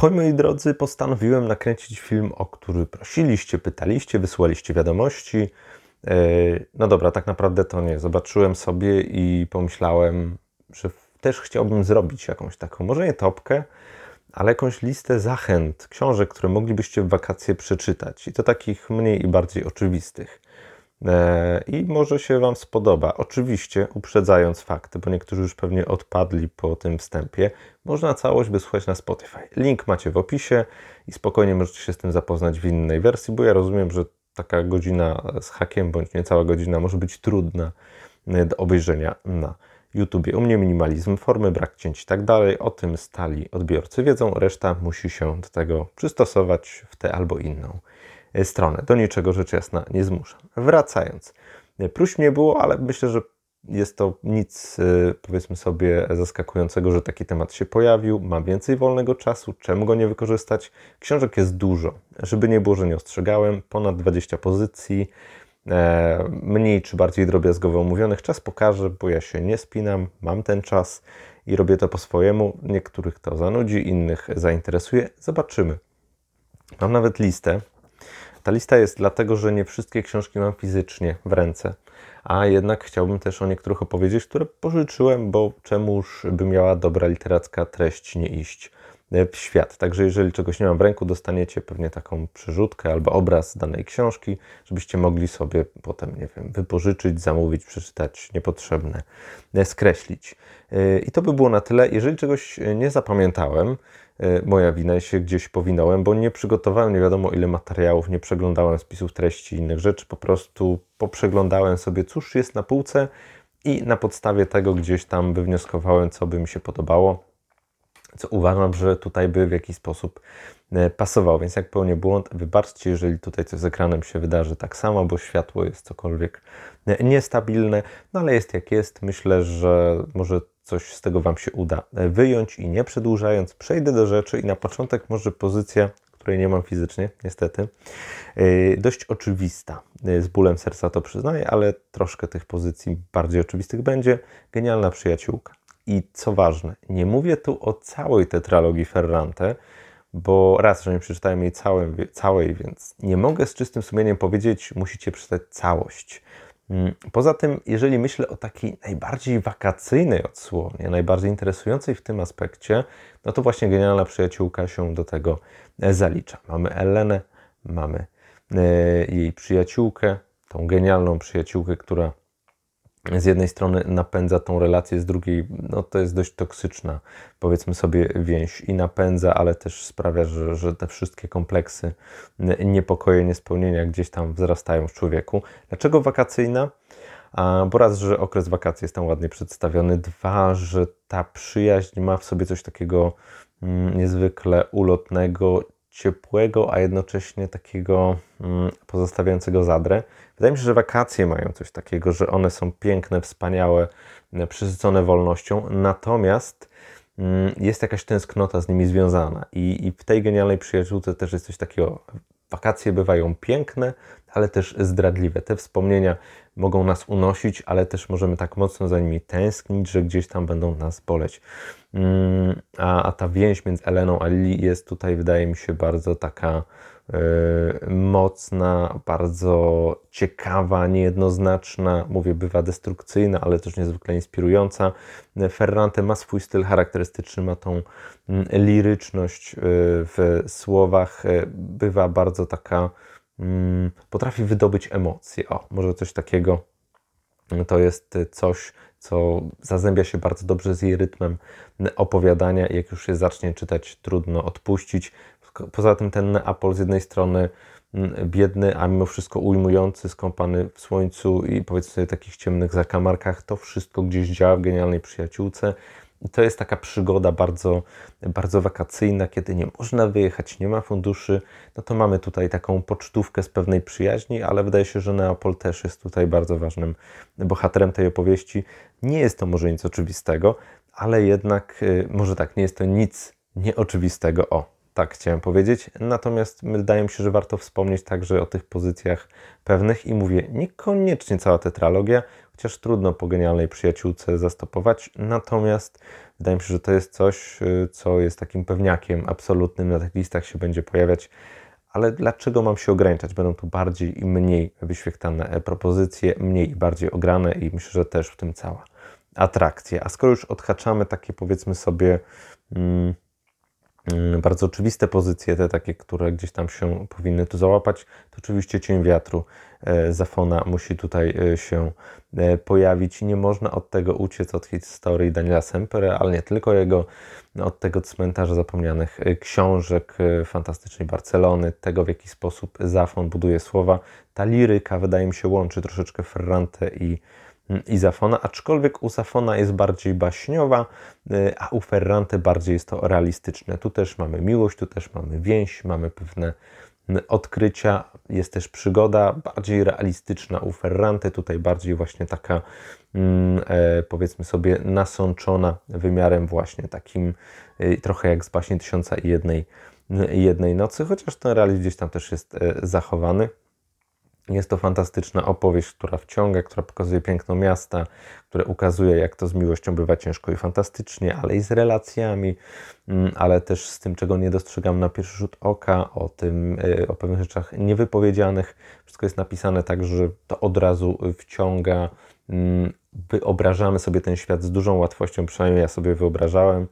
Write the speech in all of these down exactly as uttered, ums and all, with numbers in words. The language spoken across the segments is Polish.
Ahoj moi drodzy, postanowiłem nakręcić film, o który prosiliście, pytaliście, wysłaliście wiadomości. No dobra, tak naprawdę to nie. Zobaczyłem sobie i pomyślałem, że też chciałbym zrobić jakąś taką, może nie topkę, ale jakąś listę zachęt, książek, które moglibyście w wakacje przeczytać. I to takich mniej i bardziej oczywistych. I może się Wam spodoba. Oczywiście, uprzedzając fakty, bo niektórzy już pewnie odpadli po tym wstępie, można całość wysłuchać na Spotify. Link macie w opisie i spokojnie możecie się z tym zapoznać w innej wersji, bo ja rozumiem, że taka godzina z hakiem, bądź niecała godzina może być trudna do obejrzenia na YouTubie. U mnie minimalizm formy, brak cięć i tak dalej. O tym stali odbiorcy wiedzą, reszta musi się do tego przystosować w tę albo inną stronę. Do niczego rzecz jasna nie zmuszam. Wracając. Próśb nie było, ale myślę, że jest to nic, powiedzmy sobie, zaskakującego, że taki temat się pojawił. Mam więcej wolnego czasu, czemu go nie wykorzystać? Książek jest dużo. Żeby nie było, że nie ostrzegałem, ponad dwadzieścia pozycji, mniej czy bardziej drobiazgowo omówionych. Czas pokaże, bo ja się nie spinam, mam ten czas i robię to po swojemu. Niektórych to zanudzi, innych zainteresuje. Zobaczymy. Mam nawet listę. Ta lista jest dlatego, że nie wszystkie książki mam fizycznie w ręce, a jednak chciałbym też o niektórych opowiedzieć, które pożyczyłem, bo czemuż by miała dobra literacka treść nie iść w świat. Także jeżeli czegoś nie mam w ręku, dostaniecie pewnie taką przerzutkę albo obraz danej książki, żebyście mogli sobie potem, nie wiem, wypożyczyć, zamówić, przeczytać niepotrzebne, skreślić. I to by było na tyle. Jeżeli czegoś nie zapamiętałem, moja wina, się gdzieś powinąłem, bo nie przygotowałem nie wiadomo ile materiałów, nie przeglądałem spisów treści i innych rzeczy, po prostu poprzeglądałem sobie, cóż jest na półce i na podstawie tego gdzieś tam wywnioskowałem, co by mi się podobało, co uważam, że tutaj by w jakiś sposób pasowało. Więc jak pełnię błąd, wybaczcie, jeżeli tutaj coś z ekranem się wydarzy tak samo, bo światło jest cokolwiek niestabilne, no ale jest jak jest. Myślę, że może coś z tego Wam się uda wyjąć i nie przedłużając, przejdę do rzeczy i na początek może pozycja, której nie mam fizycznie, niestety, dość oczywista. Z bólem serca to przyznaję, ale troszkę tych pozycji bardziej oczywistych będzie. Genialna przyjaciółka. I co ważne, nie mówię tu o całej tetralogii Ferrante, bo raz, że nie przeczytałem jej całej, całej, więc nie mogę z czystym sumieniem powiedzieć, musicie przeczytać całość. Poza tym, jeżeli myślę o takiej najbardziej wakacyjnej odsłonie, najbardziej interesującej w tym aspekcie, no to właśnie Genialna przyjaciółka się do tego zalicza. Mamy Ellenę, mamy jej przyjaciółkę, tą genialną przyjaciółkę, która z jednej strony napędza tą relację, z drugiej, no to jest dość toksyczna, powiedzmy sobie, więź i napędza, ale też sprawia, że, że te wszystkie kompleksy, niepokoje, niespełnienia gdzieś tam wzrastają w człowieku. Dlaczego wakacyjna? A, bo raz, że okres wakacji jest tam ładnie przedstawiony, dwa, że ta przyjaźń ma w sobie coś takiego mm, niezwykle ulotnego, ciepłego, a jednocześnie takiego mm, pozostawiającego zadrę. Wydaje mi się, że wakacje mają coś takiego, że one są piękne, wspaniałe, przesycone wolnością, natomiast mm, jest jakaś tęsknota z nimi związana. I, I w tej genialnej przyjaciółce też jest coś takiego. Wakacje bywają piękne, ale też zdradliwe. Te wspomnienia mogą nas unosić, ale też możemy tak mocno za nimi tęsknić, że gdzieś tam będą nas boleć. A, a ta więź między Eleną a Lily jest tutaj, wydaje mi się, bardzo taka yy, mocna, bardzo ciekawa, niejednoznaczna, mówię, bywa destrukcyjna, ale też niezwykle inspirująca. Ferrante ma swój styl charakterystyczny, ma tą liryczność w słowach, bywa bardzo taka, potrafi wydobyć emocje. O, może coś takiego. To jest coś, co zazębia się bardzo dobrze z jej rytmem opowiadania i jak już się zacznie czytać, trudno odpuścić. Poza tym ten Neapol z jednej strony biedny, a mimo wszystko ujmujący, skąpany w słońcu i powiedzmy sobie takich ciemnych zakamarkach, to wszystko gdzieś działa w genialnej przyjaciółce. I to jest taka przygoda bardzo, bardzo wakacyjna, kiedy nie można wyjechać, nie ma funduszy, no to mamy tutaj taką pocztówkę z pewnej przyjaźni, ale wydaje się, że Neapol też jest tutaj bardzo ważnym bohaterem tej opowieści. Nie jest to może nic oczywistego, ale jednak, może tak, nie jest to nic nieoczywistego. O, tak chciałem powiedzieć. Natomiast wydaje mi się, że warto wspomnieć także o tych pozycjach pewnych i mówię, niekoniecznie cała tetralogia, chociaż trudno po Genialnej Przyjaciółce zastopować, natomiast wydaje mi się, że to jest coś, co jest takim pewniakiem absolutnym, na tych listach się będzie pojawiać, ale dlaczego mam się ograniczać? Będą tu bardziej i mniej wyświetlane propozycje, mniej i bardziej ograne i myślę, że też w tym cała atrakcja. A skoro już odhaczamy takie, powiedzmy sobie, mm, bardzo oczywiste pozycje, te takie, które gdzieś tam się powinny tu załapać, to oczywiście Cień wiatru Zafona musi tutaj się pojawić. Nie można od tego uciec, od historii Daniela Sempere, ale nie tylko jego, od tego cmentarza zapomnianych książek, fantastycznej Barcelony, tego, w jaki sposób Zafon buduje słowa. Ta liryka, wydaje mi się, łączy troszeczkę Ferrante i i Zafona, aczkolwiek u Zafona jest bardziej baśniowa, a u Ferrante bardziej jest to realistyczne. Tu też mamy miłość, tu też mamy więź, mamy pewne odkrycia, jest też przygoda, bardziej realistyczna u Ferrante, tutaj bardziej właśnie taka, powiedzmy sobie, nasączona wymiarem właśnie takim trochę jak z baśni Tysiąca i jednej, jednej nocy, chociaż ten realizm gdzieś tam też jest zachowany. Jest to fantastyczna opowieść, która wciąga, która pokazuje piękno miasta, która ukazuje, jak to z miłością bywa ciężko i fantastycznie, ale i z relacjami, ale też z tym, czego nie dostrzegam na pierwszy rzut oka, o tym, o pewnych rzeczach niewypowiedzianych. Wszystko jest napisane tak, że to od razu wciąga. Wyobrażamy sobie ten świat z dużą łatwością, przynajmniej ja sobie wyobrażałem.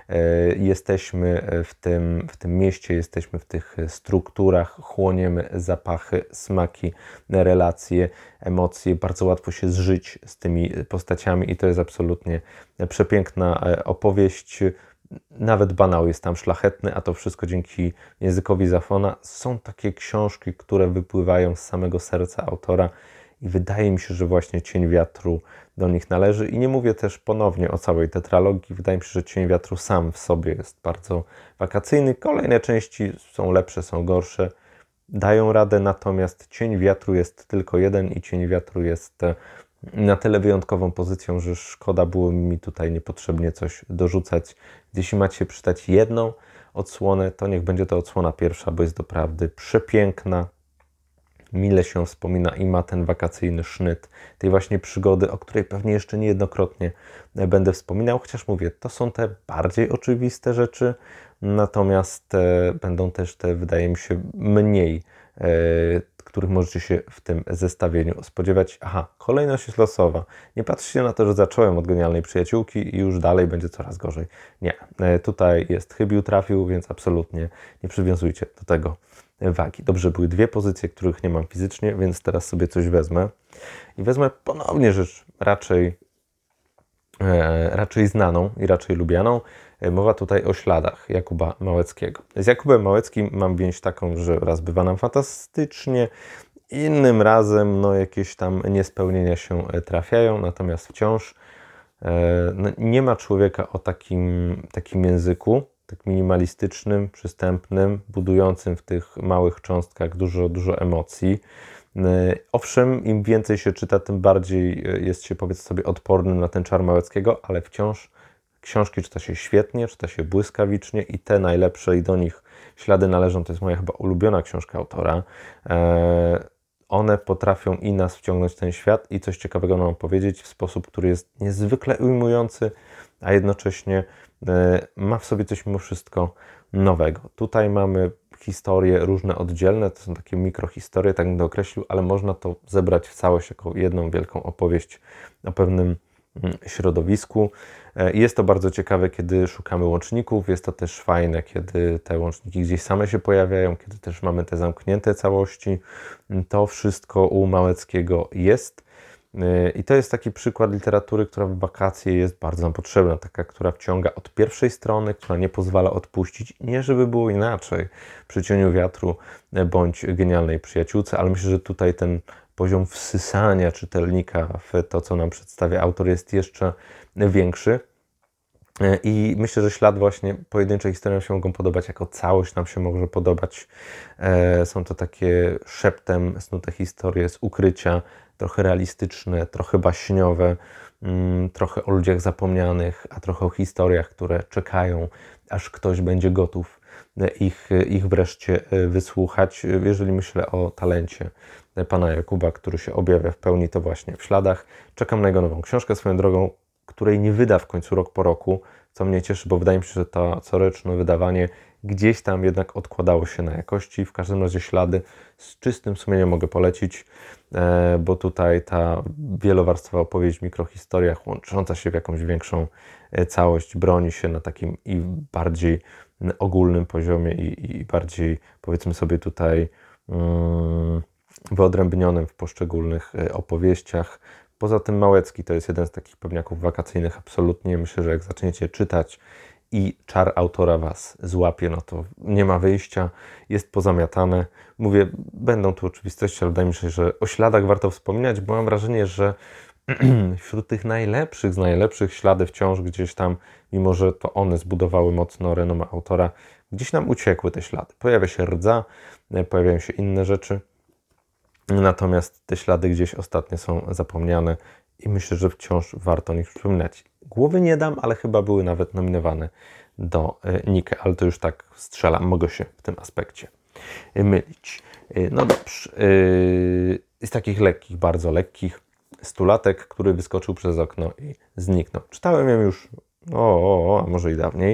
Jesteśmy w tym, w tym mieście, jesteśmy w tych strukturach, chłoniemy zapachy, smaki, relacje, emocje. Bardzo łatwo się zżyć z tymi postaciami i to jest absolutnie przepiękna opowieść. Nawet banał jest tam szlachetny, a to wszystko dzięki językowi Zafona. Są takie książki, które wypływają z samego serca autora i wydaje mi się, że właśnie Cień wiatru do nich należy. I nie mówię też ponownie o całej tetralogii. Wydaje mi się, że Cień wiatru sam w sobie jest bardzo wakacyjny. Kolejne części są lepsze, są gorsze, dają radę, natomiast Cień wiatru jest tylko jeden i Cień wiatru jest na tyle wyjątkową pozycją, że szkoda było mi tutaj niepotrzebnie coś dorzucać. Jeśli macie przeczytać jedną odsłonę, to niech będzie to odsłona pierwsza, bo jest doprawdy przepiękna. Mile się wspomina i ma ten wakacyjny sznyt tej właśnie przygody, o której pewnie jeszcze niejednokrotnie będę wspominał, chociaż mówię, to są te bardziej oczywiste rzeczy, natomiast e, będą też te, wydaje mi się, mniej, e, których możecie się w tym zestawieniu spodziewać. Aha, kolejność jest losowa. Nie patrzcie na to, że zacząłem od Genialnej Przyjaciółki i już dalej będzie coraz gorzej. Nie, e, tutaj jest chybił, trafił, więc absolutnie nie przywiązujcie do tego wagi. Dobrze, były dwie pozycje, których nie mam fizycznie, więc teraz sobie coś wezmę. I wezmę ponownie rzecz raczej, e, raczej znaną i raczej lubianą. E, mowa tutaj o Śladach Jakuba Małeckiego. Z Jakubem Małeckim mam więź taką, że raz bywa nam fantastycznie, innym razem no, jakieś tam niespełnienia się trafiają, natomiast wciąż e, no, nie ma człowieka o takim, takim języku, tak minimalistycznym, przystępnym, budującym w tych małych cząstkach dużo, dużo emocji. Owszem, im więcej się czyta, tym bardziej jest się, powiedzmy sobie, odpornym na ten czar Małeckiego, ale wciąż książki czyta się świetnie, czyta się błyskawicznie i te najlepsze i do nich Ślady należą, to jest moja chyba ulubiona książka autora. One potrafią i nas wciągnąć w ten świat i coś ciekawego nam powiedzieć w sposób, który jest niezwykle ujmujący, a jednocześnie ma w sobie coś mimo wszystko nowego. Tutaj mamy historie różne, oddzielne, to są takie mikrohistorie, tak będę określił, ale można to zebrać w całość jako jedną wielką opowieść o pewnym środowisku. Jest to bardzo ciekawe, kiedy szukamy łączników, jest to też fajne, kiedy te łączniki gdzieś same się pojawiają, kiedy też mamy te zamknięte całości. To wszystko u Małeckiego jest. I to jest taki przykład literatury, która w wakacje jest bardzo nam potrzebna, taka, która wciąga od pierwszej strony, która nie pozwala odpuścić, nie żeby było inaczej przy Cieniu wiatru bądź Genialnej Przyjaciółce, ale myślę, że tutaj ten poziom wsysania czytelnika w to, co nam przedstawia autor, jest jeszcze większy. I myślę, że Ślad właśnie, pojedyncze historie się mogą podobać, jako całość nam się może podobać. Są to takie szeptem snute historie z ukrycia, trochę realistyczne, trochę baśniowe, trochę o ludziach zapomnianych, a trochę o historiach, które czekają, aż ktoś będzie gotów ich, ich wreszcie wysłuchać. Jeżeli myślę o talencie pana Jakuba, który się objawia w pełni, to właśnie w śladach. Czekam na jego nową książkę, swoją drogą, której nie wyda w końcu rok po roku, co mnie cieszy, bo wydaje mi się, że to coroczne wydawanie gdzieś tam jednak odkładało się na jakości. W każdym razie ślady z czystym sumieniem mogę polecić, bo tutaj ta wielowarstwowa opowieść w mikrohistoriach łącząca się w jakąś większą całość broni się na takim i bardziej ogólnym poziomie i, i bardziej, powiedzmy sobie tutaj, um, wyodrębnionym w poszczególnych opowieściach. Poza tym Małecki to jest jeden z takich pewniaków wakacyjnych absolutnie. Myślę, że jak zaczniecie czytać i czar autora was złapie, no to nie ma wyjścia, jest pozamiatane. Mówię, będą tu oczywistości, ale wydaje mi się, że o śladach warto wspominać, bo mam wrażenie, że wśród tych najlepszych z najlepszych ślady wciąż gdzieś tam, mimo że to one zbudowały mocno renomę autora, gdzieś nam uciekły te ślady. Pojawia się rdza, pojawiają się inne rzeczy, natomiast te ślady gdzieś ostatnio są zapomniane i myślę, że wciąż warto o nich przypominać. Głowy nie dam, ale chyba były nawet nominowane do Nike, ale to już tak strzelam, mogę się w tym aspekcie mylić. No dobrze, z takich lekkich, bardzo lekkich, Stulatek, który wyskoczył przez okno i zniknął. Czytałem ją już, o, o, o a może i dawniej,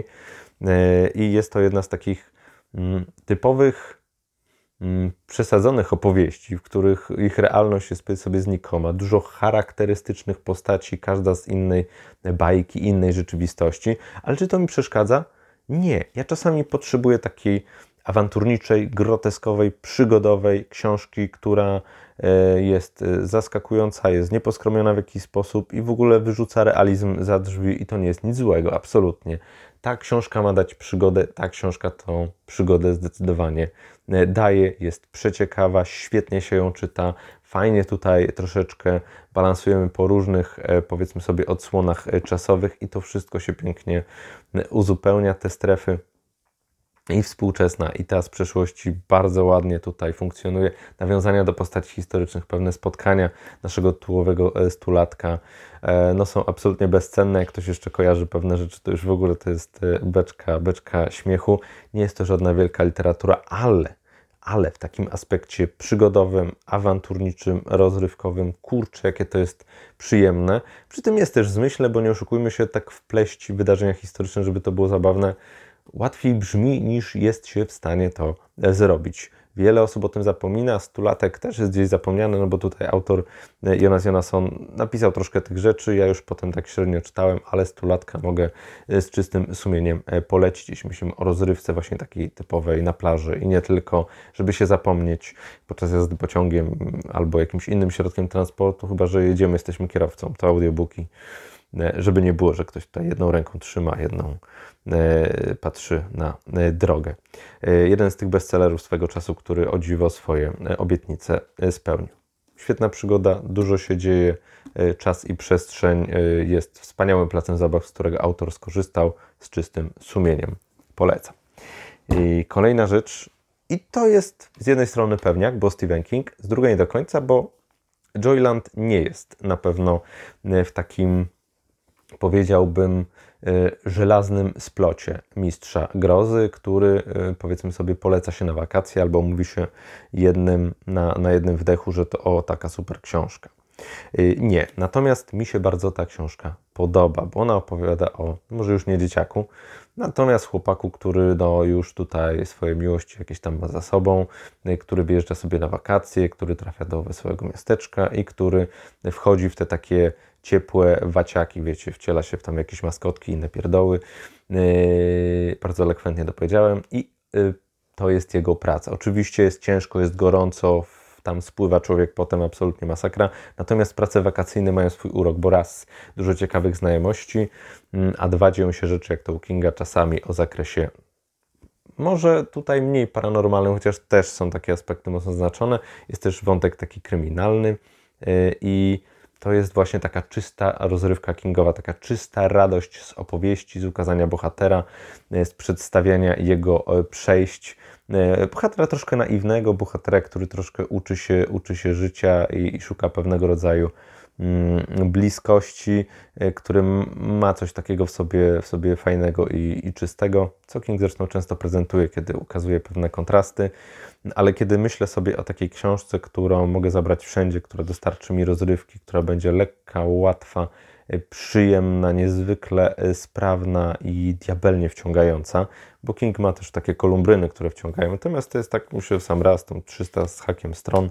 i jest to jedna z takich typowych przesadzonych opowieści, w których ich realność jest sobie znikoma. Dużo charakterystycznych postaci, każda z innej bajki, innej rzeczywistości. Ale czy to mi przeszkadza? Nie. Ja czasami potrzebuję takiej awanturniczej, groteskowej, przygodowej książki, która jest zaskakująca, jest nieposkromiona w jakiś sposób i w ogóle wyrzuca realizm za drzwi i to nie jest nic złego, absolutnie. Ta książka ma dać przygodę, ta książka tą przygodę zdecydowanie daje, jest przeciekawa, świetnie się ją czyta, fajnie tutaj troszeczkę balansujemy po różnych, powiedzmy sobie, odsłonach czasowych i to wszystko się pięknie uzupełnia, te strefy. I współczesna, i ta z przeszłości bardzo ładnie tutaj funkcjonuje. Nawiązania do postaci historycznych, pewne spotkania naszego tułowego stulatka no, są absolutnie bezcenne. Jak ktoś jeszcze kojarzy pewne rzeczy, to już w ogóle to jest beczka, beczka śmiechu. Nie jest to żadna wielka literatura, ale, ale w takim aspekcie przygodowym, awanturniczym, rozrywkowym, kurczę, jakie to jest przyjemne. Przy tym jest też zmyślne, bo nie oszukujmy się, tak wpleść wydarzenia historyczne, żeby to było zabawne, łatwiej brzmi, niż jest się w stanie to zrobić. Wiele osób o tym zapomina, Stulatek też jest gdzieś zapomniany, no bo tutaj autor Jonas Jonasson napisał troszkę tych rzeczy, ja już potem tak średnio czytałem, ale Stulatka mogę z czystym sumieniem polecić, jeśli myślimy o rozrywce właśnie takiej typowej na plaży i nie tylko, żeby się zapomnieć podczas jazdy pociągiem albo jakimś innym środkiem transportu, chyba że jedziemy, jesteśmy kierowcą, to audiobooki, żeby nie było, że ktoś tutaj jedną ręką trzyma, jedną patrzy na drogę. Jeden z tych bestsellerów swego czasu, który o dziwo swoje obietnice spełnił. Świetna przygoda, dużo się dzieje, czas i przestrzeń jest wspaniałym placem zabaw, z którego autor skorzystał z czystym sumieniem. Polecam. I kolejna rzecz, i to jest z jednej strony pewniak, bo Stephen King, z drugiej nie do końca, bo Joyland nie jest na pewno w takim, powiedziałbym, żelaznym splocie mistrza grozy, który, powiedzmy sobie, poleca się na wakacje albo mówi się jednym, na, na jednym wdechu, że to o, taka super książka. Nie, natomiast mi się bardzo ta książka podoba, bo ona opowiada o, może już nie dzieciaku, natomiast chłopaku, który no, już tutaj swoje miłości jakieś tam ma za sobą, który wyjeżdża sobie na wakacje, który trafia do wesołego miasteczka i który wchodzi w te takie ciepłe waciaki, wiecie, wciela się w tam jakieś maskotki, inne pierdoły. Yy, bardzo elokwentnie to powiedziałem. I yy, to jest jego praca. Oczywiście jest ciężko, jest gorąco, tam spływa człowiek, potem absolutnie masakra. Natomiast prace wakacyjne mają swój urok, bo raz, dużo ciekawych znajomości, a dwa, dzieją się rzeczy, jak to u Kinga, czasami o zakresie może tutaj mniej paranormalnym, chociaż też są takie aspekty mocno znaczone. Jest też wątek taki kryminalny yy, i to jest właśnie taka czysta rozrywka kingowa, taka czysta radość z opowieści, z ukazania bohatera, z przedstawiania jego przejść. Bohatera troszkę naiwnego, bohatera, który troszkę uczy się, uczy się życia i, i szuka pewnego rodzaju bliskości, który ma coś takiego w sobie, w sobie fajnego i, i czystego, co King zresztą często prezentuje, kiedy ukazuje pewne kontrasty, ale kiedy myślę sobie o takiej książce, którą mogę zabrać wszędzie, która dostarczy mi rozrywki, która będzie lekka, łatwa, przyjemna, niezwykle sprawna i diabelnie wciągająca, bo King ma też takie kolumbryny, które wciągają, natomiast to jest tak, myślę, w sam raz, tą trzysta z hakiem stron.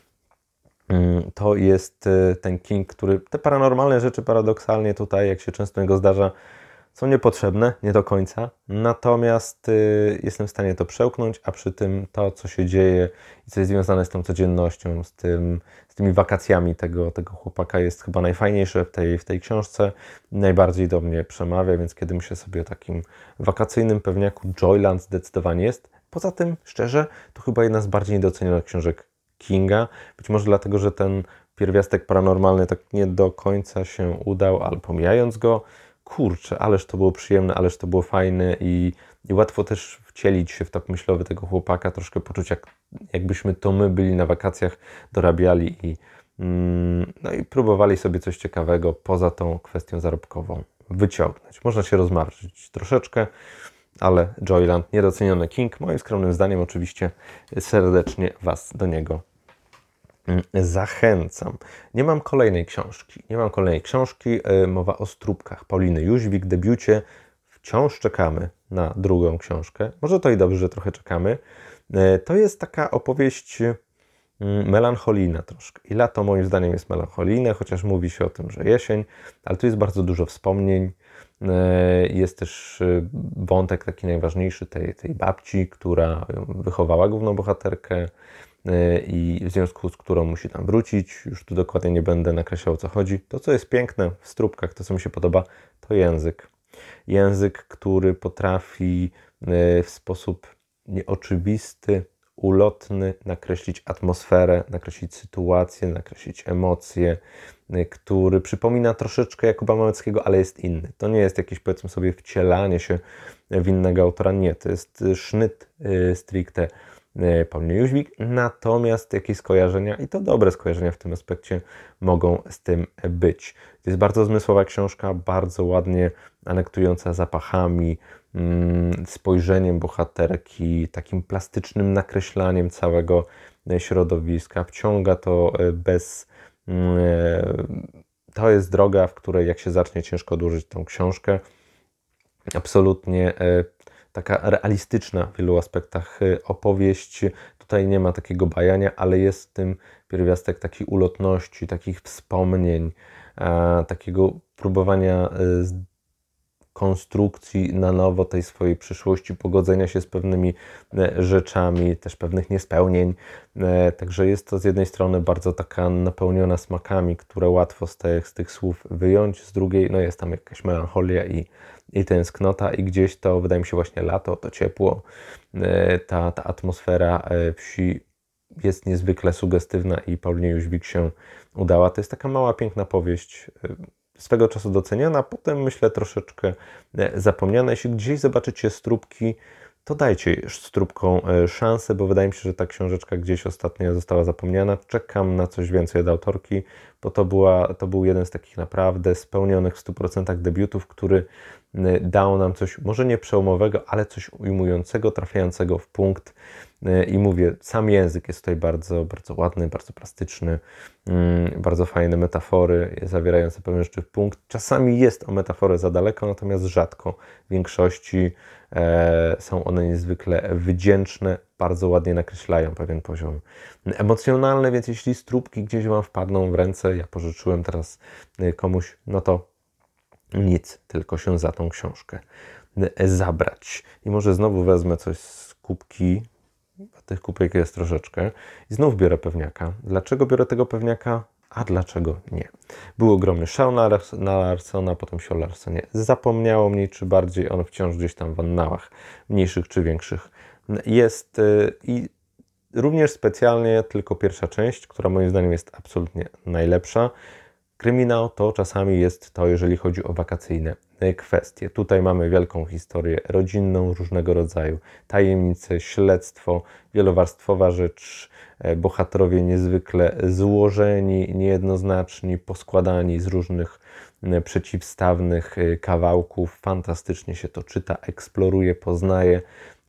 To jest ten King, który te paranormalne rzeczy paradoksalnie tutaj, jak się często jego zdarza, są niepotrzebne, nie do końca, natomiast y, jestem w stanie to przełknąć, a przy tym to, co się dzieje i co jest związane z tą codziennością, z, tym, z tymi wakacjami tego, tego chłopaka jest chyba najfajniejsze w tej, w tej książce, najbardziej do mnie przemawia, więc kiedy myślę sobie o takim wakacyjnym pewniaku, Joyland zdecydowanie jest. Poza tym, szczerze, to chyba jedna z bardziej niedocenionych książek Kinga, być może dlatego, że ten pierwiastek paranormalny tak nie do końca się udał, ale pomijając go, kurczę, ależ to było przyjemne, ależ to było fajne i, i łatwo też wcielić się w tok myślowy tego chłopaka, troszkę poczuć, jak, jakbyśmy to my byli na wakacjach, dorabiali i, mm, no i próbowali sobie coś ciekawego poza tą kwestią zarobkową wyciągnąć. Można się rozmarzyć troszeczkę, ale Joyland, niedoceniony King, moim skromnym zdaniem oczywiście serdecznie Was do niego zachęcam. Nie mam kolejnej książki. Nie mam kolejnej książki. Mowa o Stróbkach Pauliny Jóźwik, debiucie. Wciąż czekamy na drugą książkę. Może to i dobrze, że trochę czekamy. To jest taka opowieść melancholijna troszkę. I lato moim zdaniem jest melancholijne, chociaż mówi się o tym, że jesień, ale tu jest bardzo dużo wspomnień. Jest też wątek taki najważniejszy tej, tej babci, która wychowała główną bohaterkę i w związku z którą musi tam wrócić. Już tu dokładnie nie będę nakreślał, o co chodzi. To, co jest piękne w Stróbkach, to, co mi się podoba, to język. Język, który potrafi w sposób nieoczywisty, ulotny nakreślić atmosferę, nakreślić sytuację, nakreślić emocje, który przypomina troszeczkę Jakuba Małeckiego, ale jest inny. To nie jest jakieś, powiedzmy sobie, wcielanie się w innego autora. Nie, to jest sznyt stricte Pauliny Jóźwik, natomiast jakieś skojarzenia, i to dobre skojarzenia w tym aspekcie, mogą z tym być. To jest bardzo zmysłowa książka, bardzo ładnie anektująca zapachami, spojrzeniem bohaterki, takim plastycznym nakreślaniem całego środowiska. Wciąga to bez... To jest droga, w której jak się zacznie, ciężko odłożyć tą książkę. Absolutnie taka realistyczna w wielu aspektach opowieść. Tutaj nie ma takiego bajania, ale jest w tym pierwiastek takiej ulotności, takich wspomnień, takiego próbowania konstrukcji na nowo tej swojej przyszłości, pogodzenia się z pewnymi rzeczami, też pewnych niespełnień. Także jest to z jednej strony bardzo taka napełniona smakami, które łatwo z tych, z tych słów wyjąć, z drugiej no jest tam jakaś melancholia i, i tęsknota i gdzieś to, wydaje mi się, właśnie lato, to ciepło, ta, ta atmosfera wsi jest niezwykle sugestywna i Paulinie Jóźwik się udała. To jest taka mała, piękna powieść, swego czasu doceniana, potem myślę troszeczkę zapomniana. Jeśli gdzieś zobaczycie Stróbki, to dajcie Stróbkom szansę, bo wydaje mi się, że ta książeczka gdzieś ostatnio została zapomniana. Czekam na coś więcej od autorki, bo to, była, to był jeden z takich naprawdę spełnionych w stu procentach debiutów, który dał nam coś może nie przełomowego, ale coś ujmującego, trafiającego w punkt. I mówię, sam język jest tutaj bardzo, bardzo ładny, bardzo plastyczny, bardzo fajne metafory, zawierające pewne rzeczy w punkt. Czasami jest o metaforę za daleko, natomiast rzadko. W większości e, są one niezwykle wdzięczne, bardzo ładnie nakreślają pewien poziom emocjonalny, więc jeśli Stróbki gdzieś Wam wpadną w ręce, ja pożyczyłem teraz komuś, no to nic, tylko się za tą książkę zabrać. I może znowu wezmę coś z kubki, a tych kubek jest troszeczkę, i znów biorę pewniaka. Dlaczego biorę tego pewniaka? A dlaczego nie? Był ogromny szał na, na Larsona, potem się o Larsonie zapomniało mniej czy bardziej, on wciąż gdzieś tam w annałach, mniejszych czy większych jest yy, i również specjalnie tylko pierwsza część, która moim zdaniem jest absolutnie najlepsza. Kryminał to czasami jest to, jeżeli chodzi o wakacyjne kwestie. Tutaj mamy wielką historię rodzinną różnego rodzaju, tajemnice, śledztwo, wielowarstwowa rzecz, bohaterowie niezwykle złożeni, niejednoznaczni, poskładani z różnych przeciwstawnych kawałków. Fantastycznie się to czyta, eksploruje, poznaje.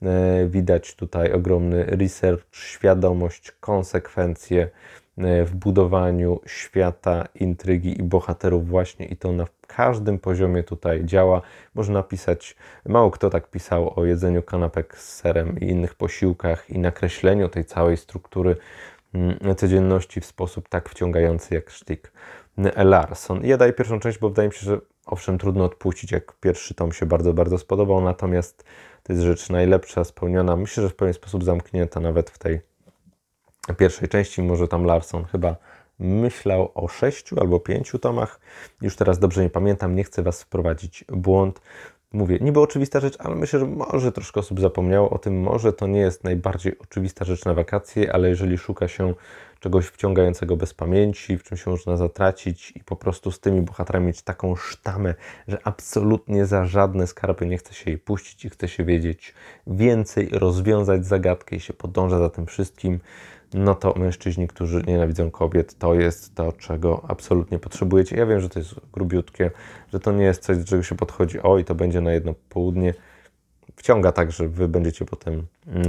Widać tutaj ogromny research, świadomość, konsekwencje w budowaniu świata, intrygi i bohaterów właśnie, i to na każdym poziomie tutaj działa. Można pisać, mało kto tak pisał o jedzeniu kanapek z serem i innych posiłkach i nakreśleniu tej całej struktury codzienności w sposób tak wciągający jak Stieg Larsson. Ja daję pierwszą część, bo wydaje mi się, że owszem, trudno odpuścić, jak pierwszy tom się bardzo, bardzo spodobał, natomiast to jest rzecz najlepsza, spełniona, myślę, że w pewien sposób zamknięta nawet w tej pierwszej części. Może tam Larsson chyba myślał o sześciu albo pięciu tomach. Już teraz dobrze nie pamiętam, nie chcę Was wprowadzić w błąd. Mówię, niby oczywista rzecz, ale myślę, że może troszkę osób zapomniało o tym. Może to nie jest najbardziej oczywista rzecz na wakacje, ale jeżeli szuka się czegoś wciągającego bez pamięci, w czym się można zatracić i po prostu z tymi bohaterami mieć taką sztamę, że absolutnie za żadne skarpy nie chce się jej puścić i chce się wiedzieć więcej, rozwiązać zagadkę i się podąża za tym wszystkim, no to mężczyźni, którzy nienawidzą kobiet, to jest to, czego absolutnie potrzebujecie. Ja wiem, że to jest grubiutkie, że to nie jest coś, do czego się podchodzi, oj, to będzie na jedno południe. Wciąga tak, że Wy będziecie potem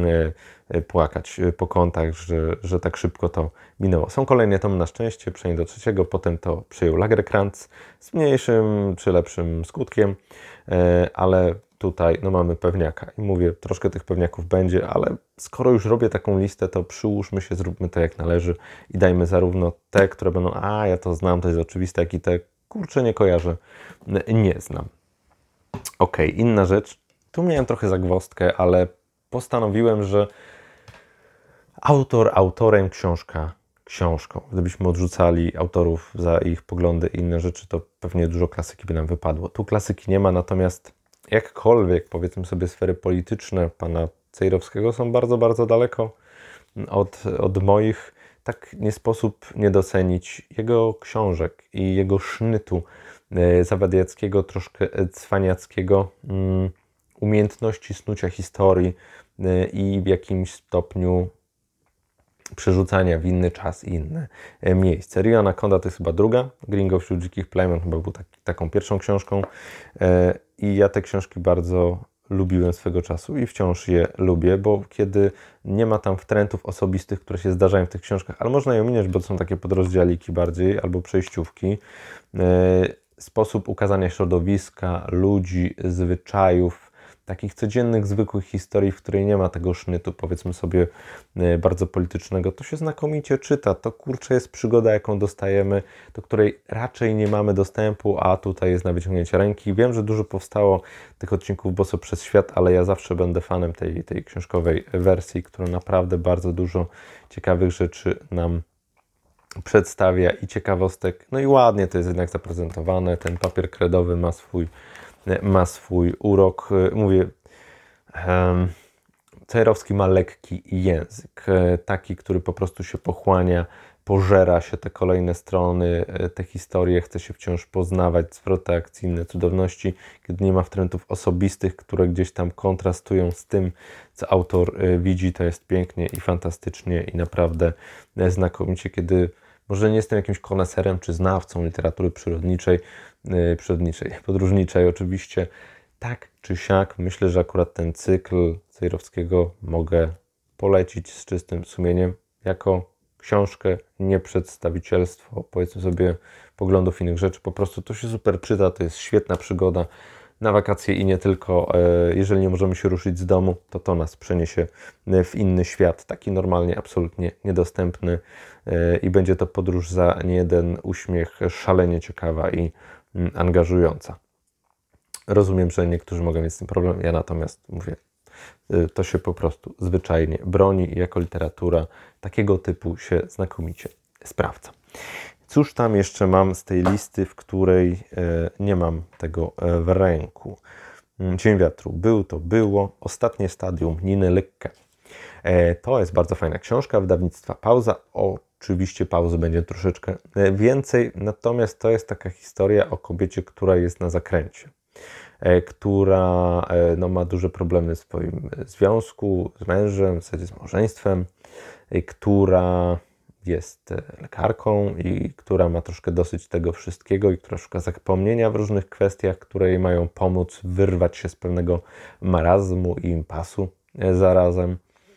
yy, płakać po kątach, że, że tak szybko to minęło. Są kolejne tomy na szczęście, przejdę do trzeciego, potem to przyjął Lagerkrantz z mniejszym czy lepszym skutkiem, yy, ale tutaj no, mamy pewniaka i mówię, troszkę tych pewniaków będzie, ale skoro już robię taką listę, to przyłóżmy się, zróbmy to jak należy i dajmy zarówno te, które będą, a ja to znam, to jest oczywiste, jak i te, kurczę, nie kojarzę, nie znam. Ok, inna rzecz, tu miałem trochę zagwozdkę, ale postanowiłem, że autor autorem, książka książką. Gdybyśmy odrzucali autorów za ich poglądy i inne rzeczy, to pewnie dużo klasyki by nam wypadło. Tu klasyki nie ma, natomiast jakkolwiek, powiedzmy sobie, sfery polityczne pana Cejrowskiego są bardzo, bardzo daleko od, od moich, tak nie sposób nie docenić jego książek i jego sznytu e, zawadiackiego, troszkę cwaniackiego, mm, umiejętności snucia historii e, i w jakimś stopniu przerzucania w inny czas i inne e, miejsce. Rio Anaconda to jest chyba druga, Gringo wśród dzikich plemion chyba był taki, taką pierwszą książką e, i ja te książki bardzo lubiłem swego czasu i wciąż je lubię, bo kiedy nie ma tam wtrętów osobistych, które się zdarzają w tych książkach, ale można je ominąć, bo to są takie podrozdziałiki bardziej, albo przejściówki, sposób ukazania środowiska, ludzi, zwyczajów, takich codziennych, zwykłych historii, w której nie ma tego sznytu, powiedzmy sobie, bardzo politycznego, to się znakomicie czyta. To, kurczę, jest przygoda, jaką dostajemy, do której raczej nie mamy dostępu, a tutaj jest na wyciągnięcie ręki. Wiem, że dużo powstało tych odcinków Boso przez świat, ale ja zawsze będę fanem tej, tej książkowej wersji, która naprawdę bardzo dużo ciekawych rzeczy nam przedstawia i ciekawostek. No i ładnie to jest jednak zaprezentowane. Ten papier kredowy ma swój ma swój urok. Mówię, um, Cejrowski ma lekki język, taki, który po prostu się pochłania, pożera się te kolejne strony, te historie, chce się wciąż poznawać, zwroty akcyjne, cudowności, kiedy nie ma wtrętów osobistych, które gdzieś tam kontrastują z tym, co autor widzi. To jest pięknie i fantastycznie i naprawdę znakomicie, kiedy może nie jestem jakimś koneserem czy znawcą literatury przyrodniczej, yy, przyrodniczej, podróżniczej oczywiście. Tak czy siak, myślę, że akurat ten cykl Cejrowskiego mogę polecić z czystym sumieniem jako książkę, nie przedstawicielstwo, powiedzmy sobie, poglądów innych rzeczy. Po prostu to się super czyta, to jest świetna przygoda na wakacje i nie tylko. Jeżeli nie możemy się ruszyć z domu, to to nas przeniesie w inny świat, taki normalnie, absolutnie niedostępny i będzie to podróż za niejeden uśmiech, szalenie ciekawa i angażująca. Rozumiem, że niektórzy mogą mieć z tym problem, ja natomiast mówię, to się po prostu zwyczajnie broni i jako literatura takiego typu się znakomicie sprawdza. Cóż tam jeszcze mam z tej listy, w której nie mam tego w ręku? Cień wiatru. Był to było. Ostatnie stadium Niny Lykke. To jest bardzo fajna książka wydawnictwa Pauza. O oczywiście pauzy będzie troszeczkę więcej, natomiast to jest taka historia o kobiecie, która jest na zakręcie, która no, ma duże problemy w swoim związku z mężem, w zasadzie z małżeństwem, która jest lekarką i która ma troszkę dosyć tego wszystkiego i która szuka zapomnienia w różnych kwestiach, które jej mają pomóc wyrwać się z pewnego marazmu i impasu zarazem.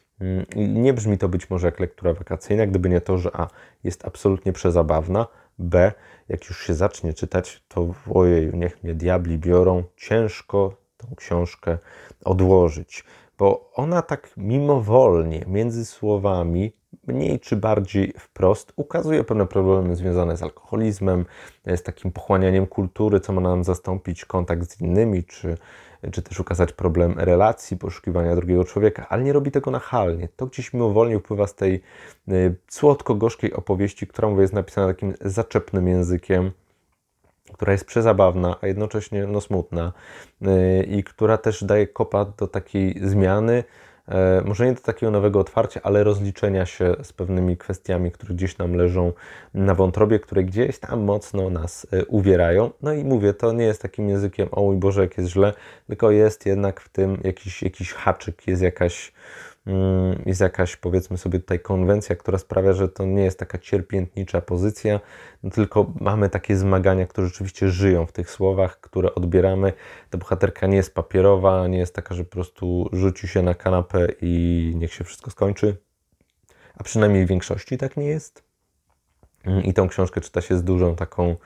I nie brzmi to być może jak lektura wakacyjna, gdyby nie to, że a, jest absolutnie przezabawna, b, jak już się zacznie czytać, to ojej, niech mnie diabli biorą, ciężko tą książkę odłożyć, bo ona tak mimowolnie, między słowami, mniej czy bardziej wprost, ukazuje pewne problemy związane z alkoholizmem, z takim pochłanianiem kultury, co ma nam zastąpić kontakt z innymi, czy, czy też ukazać problem relacji, poszukiwania drugiego człowieka, ale nie robi tego nachalnie. To gdzieś mimowolnie upływa z tej y, słodko-gorzkiej opowieści, która, mówię, jest napisana takim zaczepnym językiem, która jest przezabawna, a jednocześnie no, smutna yy, i która też daje kopa do takiej zmiany, yy, może nie do takiego nowego otwarcia, ale rozliczenia się z pewnymi kwestiami, które gdzieś nam leżą na wątrobie, które gdzieś tam mocno nas yy, uwierają. No i mówię, to nie jest takim językiem, o mój Boże, jak jest źle, tylko jest jednak w tym jakiś, jakiś haczyk, jest jakaś jest jakaś, powiedzmy sobie tutaj, konwencja, która sprawia, że to nie jest taka cierpiętnicza pozycja, no tylko mamy takie zmagania, które rzeczywiście żyją w tych słowach, które odbieramy. Ta bohaterka nie jest papierowa, nie jest taka, że po prostu rzuci się na kanapę i niech się wszystko skończy, a przynajmniej w większości tak nie jest. I tą książkę czyta się z dużą taką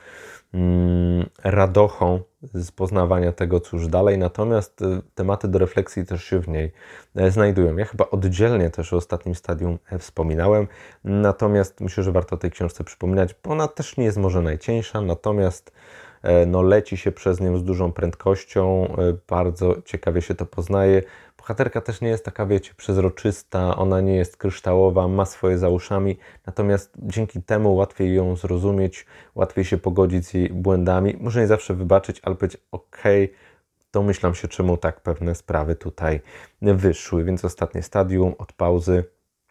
mm, radochą z poznawania tego, cóż dalej, natomiast tematy do refleksji też się w niej znajdują. Ja chyba oddzielnie też o ostatnim stadium wspominałem, natomiast myślę, że warto o tej książce przypominać, bo ona też nie jest może najcieńsza, natomiast no, leci się przez nią z dużą prędkością, bardzo ciekawie się to poznaje. Bohaterka też nie jest taka, wiecie, przezroczysta, ona nie jest kryształowa, ma swoje za uszami, natomiast dzięki temu łatwiej ją zrozumieć, łatwiej się pogodzić z jej błędami. Może nie zawsze wybaczyć, ale powiedzieć, okej, okay, domyślam się, czemu tak pewne sprawy tutaj wyszły. Więc ostatnie stadium od pauzy,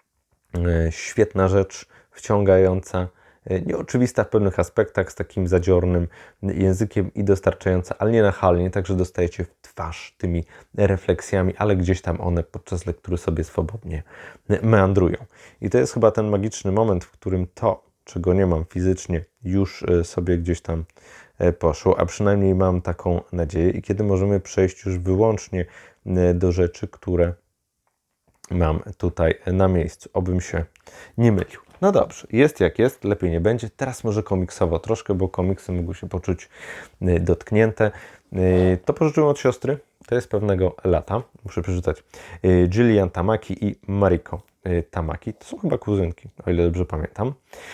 świetna rzecz, wciągająca, nieoczywista w pewnych aspektach, z takim zadziornym językiem i dostarczająca, ale nie nachalnie, także dostajecie w twarz tymi refleksjami, ale gdzieś tam one podczas lektury sobie swobodnie meandrują. I to jest chyba ten magiczny moment, w którym to, czego nie mam fizycznie, już sobie gdzieś tam poszło, a przynajmniej mam taką nadzieję i kiedy możemy przejść już wyłącznie do rzeczy, które mam tutaj na miejscu, obym się nie mylił. No dobrze, jest jak jest, lepiej nie będzie. Teraz może komiksowo troszkę, bo komiksy mogły się poczuć dotknięte. To pożyczyłem od siostry, to jest pewnego lata, muszę przeczytać. Gillian Tamaki i Mariko Tamaki, to są chyba kuzynki, o ile dobrze pamiętam.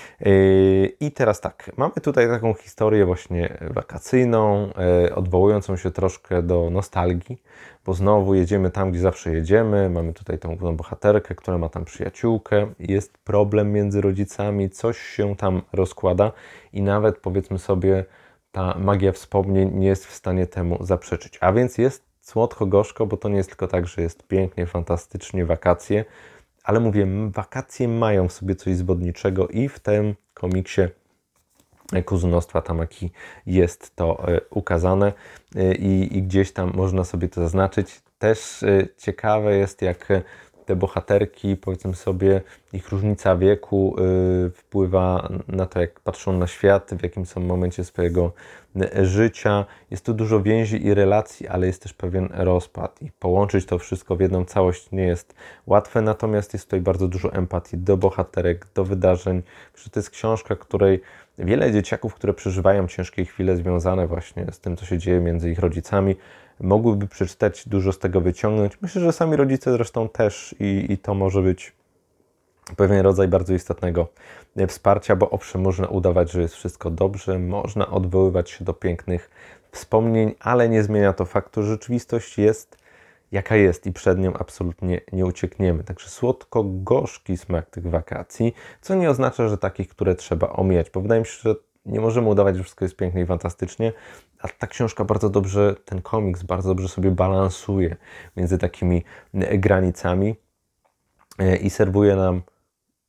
I teraz tak, mamy tutaj taką historię właśnie wakacyjną, odwołującą się troszkę do nostalgii, bo znowu jedziemy tam, gdzie zawsze jedziemy, mamy tutaj tą główną bohaterkę, która ma tam przyjaciółkę, jest problem między rodzicami, coś się tam rozkłada i nawet, powiedzmy sobie, ta magia wspomnień nie jest w stanie temu zaprzeczyć. A więc jest słodko-gorzko, bo to nie jest tylko tak, że jest pięknie, fantastycznie, wakacje, ale mówię, wakacje mają w sobie coś zwodniczego i w tym komiksie Kuzynostwa Tamaki jest to ukazane i, i gdzieś tam można sobie to zaznaczyć. Też ciekawe jest, jak te bohaterki, powiedzmy sobie, ich różnica wieku yy, wpływa na to, jak patrzą na świat, w jakim są momencie swojego życia. Jest tu dużo więzi i relacji, ale jest też pewien rozpad i połączyć to wszystko w jedną całość nie jest łatwe, natomiast jest tutaj bardzo dużo empatii do bohaterek, do wydarzeń. Że to jest książka, której wiele dzieciaków, które przeżywają ciężkie chwile związane właśnie z tym, co się dzieje między ich rodzicami, mogłyby przeczytać, dużo z tego wyciągnąć. Myślę, że sami rodzice zresztą też i, i to może być pewien rodzaj bardzo istotnego wsparcia, bo owszem, można udawać, że jest wszystko dobrze, można odwoływać się do pięknych wspomnień, ale nie zmienia to faktu, że rzeczywistość jest jaka jest i przed nią absolutnie nie uciekniemy. Także słodko-gorzki smak tych wakacji, co nie oznacza, że takich, które trzeba omijać, bo wydaje mi się, że nie możemy udawać, że wszystko jest pięknie i fantastycznie, a ta książka bardzo dobrze, ten komiks bardzo dobrze sobie balansuje między takimi granicami i serwuje nam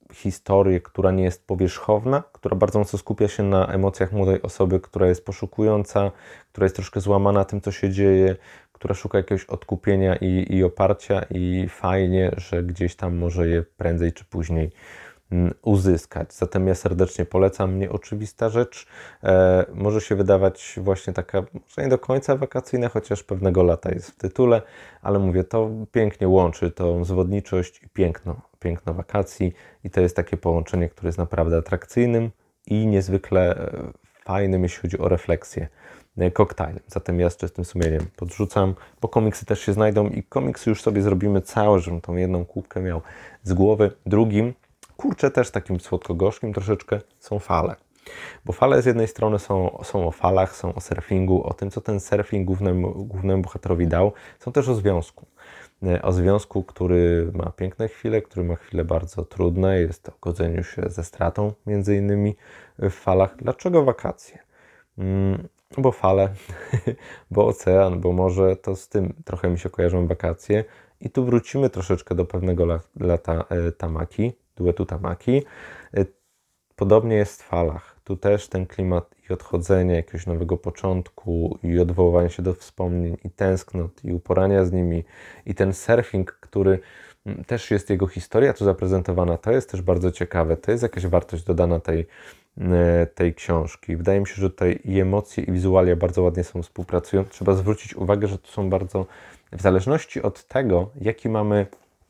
historię, która nie jest powierzchowna, która bardzo mocno skupia się na emocjach młodej osoby, która jest poszukująca, która jest troszkę złamana tym, co się dzieje, która szuka jakiegoś odkupienia i, i oparcia i fajnie, że gdzieś tam może je prędzej czy później uzyskać. Zatem ja serdecznie polecam. Nieoczywista rzecz. E, może się wydawać właśnie taka, może nie do końca wakacyjna, chociaż pewnego lata jest w tytule, ale mówię, to pięknie łączy tą zwodniczość i piękno, piękno wakacji i to jest takie połączenie, które jest naprawdę atrakcyjnym i niezwykle fajnym, jeśli chodzi o refleksję koktajlem. Zatem ja z czystym sumieniem podrzucam, bo komiksy też się znajdą i komiksy już sobie zrobimy całe, żebym tą jedną kubkę miał z głowy. Drugim, kurczę, też takim słodko-gorzkim troszeczkę, są fale. Bo fale z jednej strony są, są o falach, są o surfingu, o tym, co ten surfing głównemu, głównemu bohaterowi dał. Są też o związku. O związku, który ma piękne chwile, który ma chwile bardzo trudne. Jest o godzeniu się ze stratą, między innymi w falach. Dlaczego wakacje? Hmm, bo fale, bo ocean, bo morze, to z tym trochę mi się kojarzą wakacje. I tu wrócimy troszeczkę do pewnego lata Tamaki, duetu Tamaki. Podobnie jest w falach. Tu też ten klimat i odchodzenie, jakiegoś nowego początku i odwoływanie się do wspomnień i tęsknot i uporania z nimi i ten surfing, który też jest jego historia tu zaprezentowana, to jest też bardzo ciekawe. To jest jakaś wartość dodana tej, tej książki. Wydaje mi się, że tutaj i emocje i wizualia bardzo ładnie są współpracują. Trzeba zwrócić uwagę, że to są bardzo, w zależności od tego, jaki mamy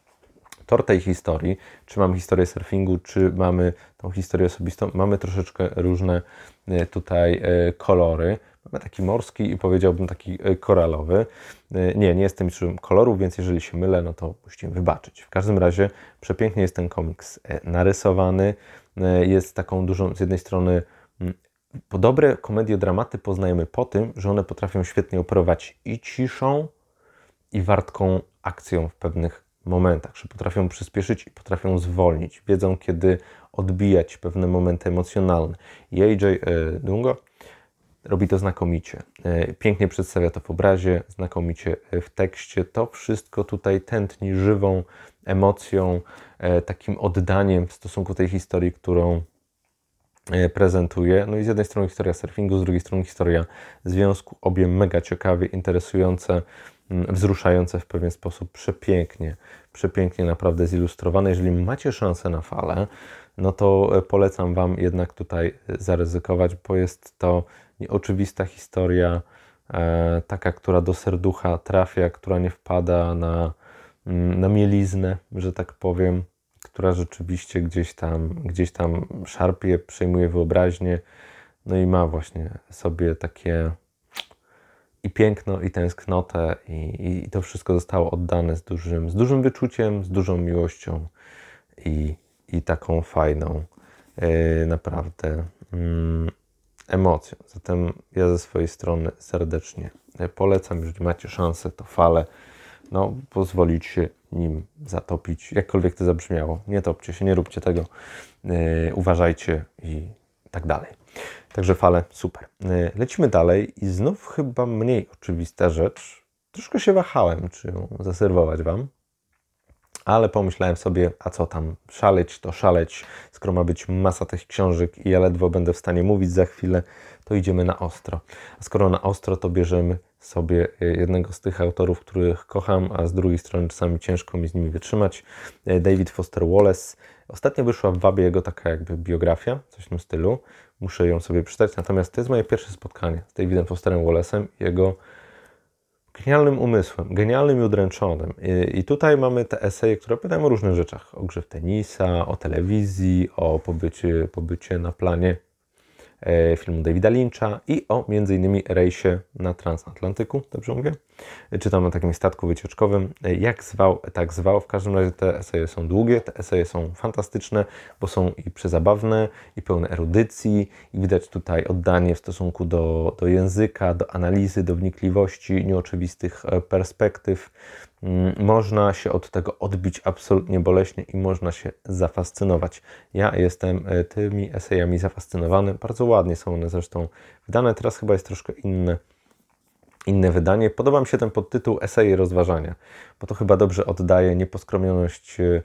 tor tej historii, czy mamy historię surfingu, czy mamy tą historię osobistą, mamy troszeczkę różne tutaj kolory. Mamy taki morski i powiedziałbym taki koralowy. Nie, nie jestem mistrzem kolorów, więc jeżeli się mylę, no to musicie mi wybaczyć. W każdym razie przepięknie jest ten komiks narysowany. Jest taką dużą, z jednej strony, bo dobre komedie, dramaty poznajemy po tym, że one potrafią świetnie operować i ciszą, i wartką akcją w pewnych momentach, że potrafią przyspieszyć i potrafią zwolnić. Wiedzą, kiedy odbijać pewne momenty emocjonalne. I A J Dungo robi to znakomicie. Pięknie przedstawia to w obrazie, znakomicie w tekście. To wszystko tutaj tętni żywą emocją, takim oddaniem w stosunku do tej historii, którą prezentuje. No i z jednej strony historia surfingu, z drugiej strony historia związku. Obie mega ciekawie, interesujące, wzruszające w pewien sposób, przepięknie, przepięknie naprawdę zilustrowane. Jeżeli macie szansę na falę, no to polecam Wam jednak tutaj zaryzykować, bo jest to nieoczywista historia, e, taka, która do serducha trafia, która nie wpada na, na mieliznę, że tak powiem, która rzeczywiście gdzieś tam, gdzieś tam szarpie, przejmuje wyobraźnię, no i ma właśnie sobie takie i piękno, i tęsknotę, i, i to wszystko zostało oddane z dużym, z dużym wyczuciem, z dużą miłością i, i taką fajną yy, naprawdę yy, emocją. Zatem ja ze swojej strony serdecznie polecam, jeżeli macie szansę, to fale, no pozwolić się nim zatopić, jakkolwiek to zabrzmiało. Nie topcie się, nie róbcie tego, yy, uważajcie i tak dalej. Także fale, super. Lecimy dalej i znów chyba mniej oczywista rzecz. Troszkę się wahałem, czy ją zaserwować Wam, ale pomyślałem sobie, a co tam, szaleć to szaleć, skoro ma być masa tych książek i ja ledwo będę w stanie mówić za chwilę, to idziemy na ostro. A skoro na ostro, to bierzemy sobie jednego z tych autorów, których kocham, a z drugiej strony czasami ciężko mi z nimi wytrzymać. David Foster Wallace. Ostatnio wyszła w Wabie jego taka jakby biografia, coś w tym stylu. Muszę ją sobie przeczytać, natomiast to jest moje pierwsze spotkanie z Davidem Fosterem Wallace'em i jego genialnym umysłem, genialnym i udręczonym. I, I tutaj mamy te eseje, które opowiadają o różnych rzeczach. O grze w tenisa, o telewizji, o pobycie, pobycie na planie e, filmu Davida Lyncha i o między innymi rejsie na transatlantyku, dobrze mówię? Czy tam na takim statku wycieczkowym. Jak zwał, tak zwał. W każdym razie te eseje są długie, te eseje są fantastyczne, bo są i przezabawne, i pełne erudycji, i widać tutaj oddanie w stosunku do, do języka, do analizy, do wnikliwości, nieoczywistych perspektyw. Można się od tego odbić absolutnie boleśnie i można się zafascynować. Ja jestem tymi esejami zafascynowany. Bardzo ładnie są one zresztą wydane. Teraz chyba jest troszkę inne Inne wydanie. Podoba mi się ten podtytuł Eseje rozważania, bo to chyba dobrze oddaje nieposkromioność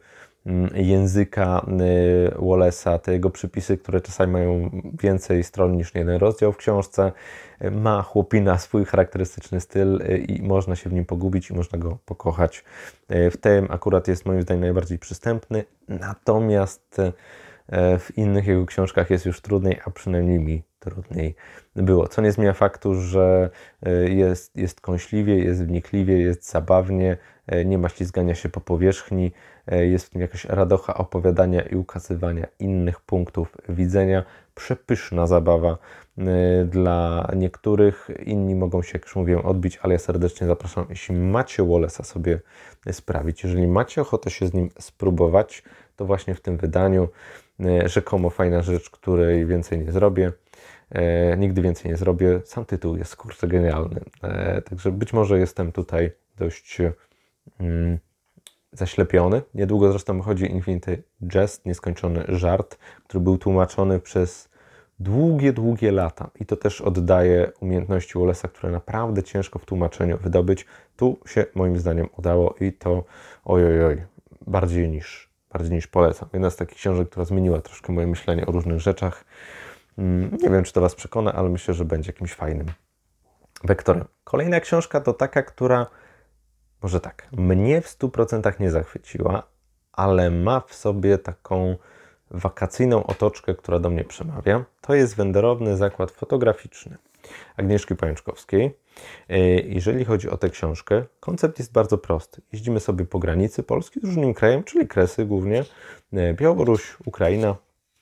języka Wallace'a, te jego przypisy, które czasami mają więcej stron niż jeden rozdział w książce. Ma chłopina swój charakterystyczny styl i można się w nim pogubić i można go pokochać. W tym akurat jest moim zdaniem najbardziej przystępny, natomiast w innych jego książkach jest już trudniej, a przynajmniej mi trudniej było. Co nie zmienia faktu, że jest, jest kąśliwie, jest wnikliwie, jest zabawnie, nie ma ślizgania się po powierzchni, jest w tym jakaś radocha opowiadania i ukazywania innych punktów widzenia. Przepyszna zabawa dla niektórych, inni mogą się, jak już mówiłem, odbić, ale ja serdecznie zapraszam, jeśli macie Wallace'a sobie sprawić, jeżeli macie ochotę się z nim spróbować, to właśnie w tym wydaniu rzekomo fajna rzecz, której więcej nie zrobię. E, nigdy więcej nie zrobię. Sam tytuł jest kurczę genialny. E, także być może jestem tutaj dość mm, zaślepiony. Niedługo zresztą wychodzi Infinity Jest, nieskończony żart, który był tłumaczony przez długie, długie lata. I to też oddaje umiejętności Wallace'a, które naprawdę ciężko w tłumaczeniu wydobyć. Tu się moim zdaniem udało i to ojojoj, oj, bardziej niż, bardziej niż polecam. Jedna z takich książek, która zmieniła troszkę moje myślenie o różnych rzeczach. Nie wiem, czy to Was przekona, ale myślę, że będzie jakimś fajnym wektorem. Kolejna książka to taka, która może tak, mnie w stu procentach nie zachwyciła, ale ma w sobie taką wakacyjną otoczkę, która do mnie przemawia. To jest Wędrowny zakład fotograficzny Agnieszki Pajączkowskiej. Jeżeli chodzi o tę książkę, koncept jest bardzo prosty. Jeździmy sobie po granicy Polski z różnym krajem, czyli Kresy głównie, Białoruś, Ukraina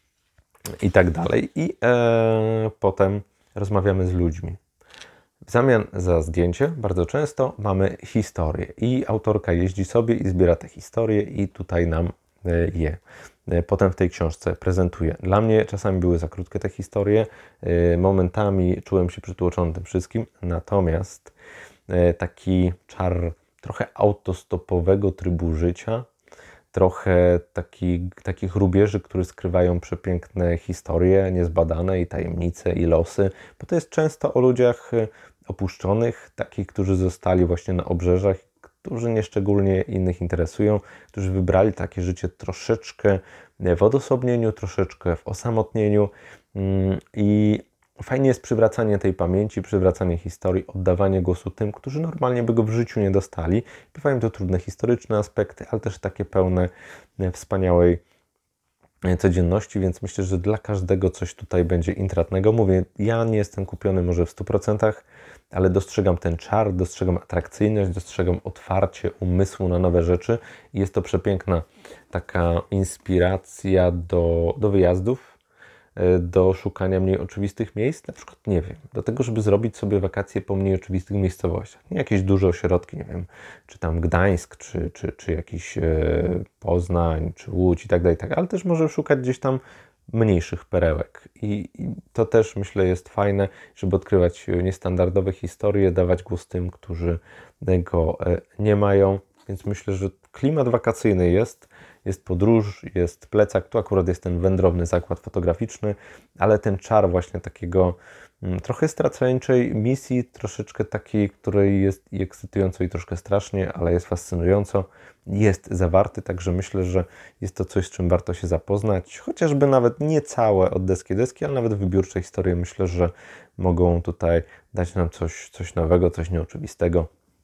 i tak dalej. I e, potem rozmawiamy z ludźmi. W zamian za zdjęcie bardzo często mamy historię i autorka jeździ sobie i zbiera te historie i tutaj nam je potem w tej książce prezentuje. Dla mnie czasami były za krótkie te historie, momentami czułem się przytłoczony tym wszystkim, natomiast taki czar trochę autostopowego trybu życia, trochę taki, takich rubieży, które skrywają przepiękne historie, niezbadane i tajemnice i losy, bo to jest często o ludziach opuszczonych, takich, którzy zostali właśnie na obrzeżach, którzy nieszczególnie innych interesują, którzy wybrali takie życie troszeczkę w odosobnieniu, troszeczkę w osamotnieniu i fajnie jest przywracanie tej pamięci, przywracanie historii, oddawanie głosu tym, którzy normalnie by go w życiu nie dostali. Bywają to trudne historyczne aspekty, ale też takie pełne wspaniałej codzienności, więc myślę, że dla każdego coś tutaj będzie intratnego. Mówię, ja nie jestem kupiony może w stu procentach, ale dostrzegam ten czar, dostrzegam atrakcyjność, dostrzegam otwarcie umysłu na nowe rzeczy i jest to przepiękna taka inspiracja do, do wyjazdów, do szukania mniej oczywistych miejsc, na przykład, nie wiem, do tego, żeby zrobić sobie wakacje po mniej oczywistych miejscowościach. Nie jakieś duże ośrodki, nie wiem, czy tam Gdańsk, czy, czy, czy jakiś Poznań, czy Łódź i tak dalej, tak, ale też może szukać gdzieś tam mniejszych perełek. I, I to też, myślę, jest fajne, żeby odkrywać niestandardowe historie, dawać głos tym, którzy tego nie mają. Więc myślę, że klimat wakacyjny jest, jest podróż, jest plecak, tu akurat jest ten wędrowny zakład fotograficzny, ale ten czar właśnie takiego m, trochę straceńczej misji, troszeczkę takiej, której jest i ekscytująco i troszkę strasznie, ale jest fascynująco, jest zawarty, także myślę, że jest to coś, z czym warto się zapoznać, chociażby nawet nie całe od deski deski, ale nawet wybiórcze historie, myślę, że mogą tutaj dać nam coś, coś nowego, coś nieoczywistego.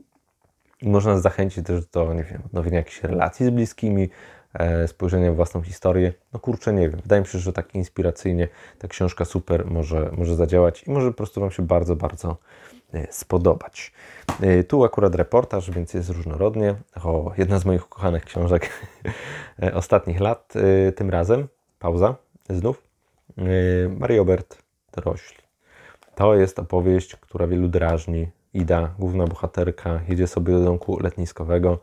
I można nas zachęcić też do, nie wiem, odnowienia jakichś relacji z bliskimi, e, spojrzenia w własną historię. No kurczę, nie wiem. Wydaje mi się, że tak inspiracyjnie ta książka super może, może zadziałać i może po prostu Wam się bardzo, bardzo e, spodobać. E, tu akurat reportaż, więc jest różnorodnie. O, jedna z moich ukochanych książek ostatnich lat. E, tym razem, pauza, znów. E, Mariobert Dorośli. To jest opowieść, która wielu drażni. Ida, główna bohaterka, jedzie sobie do domku letniskowego,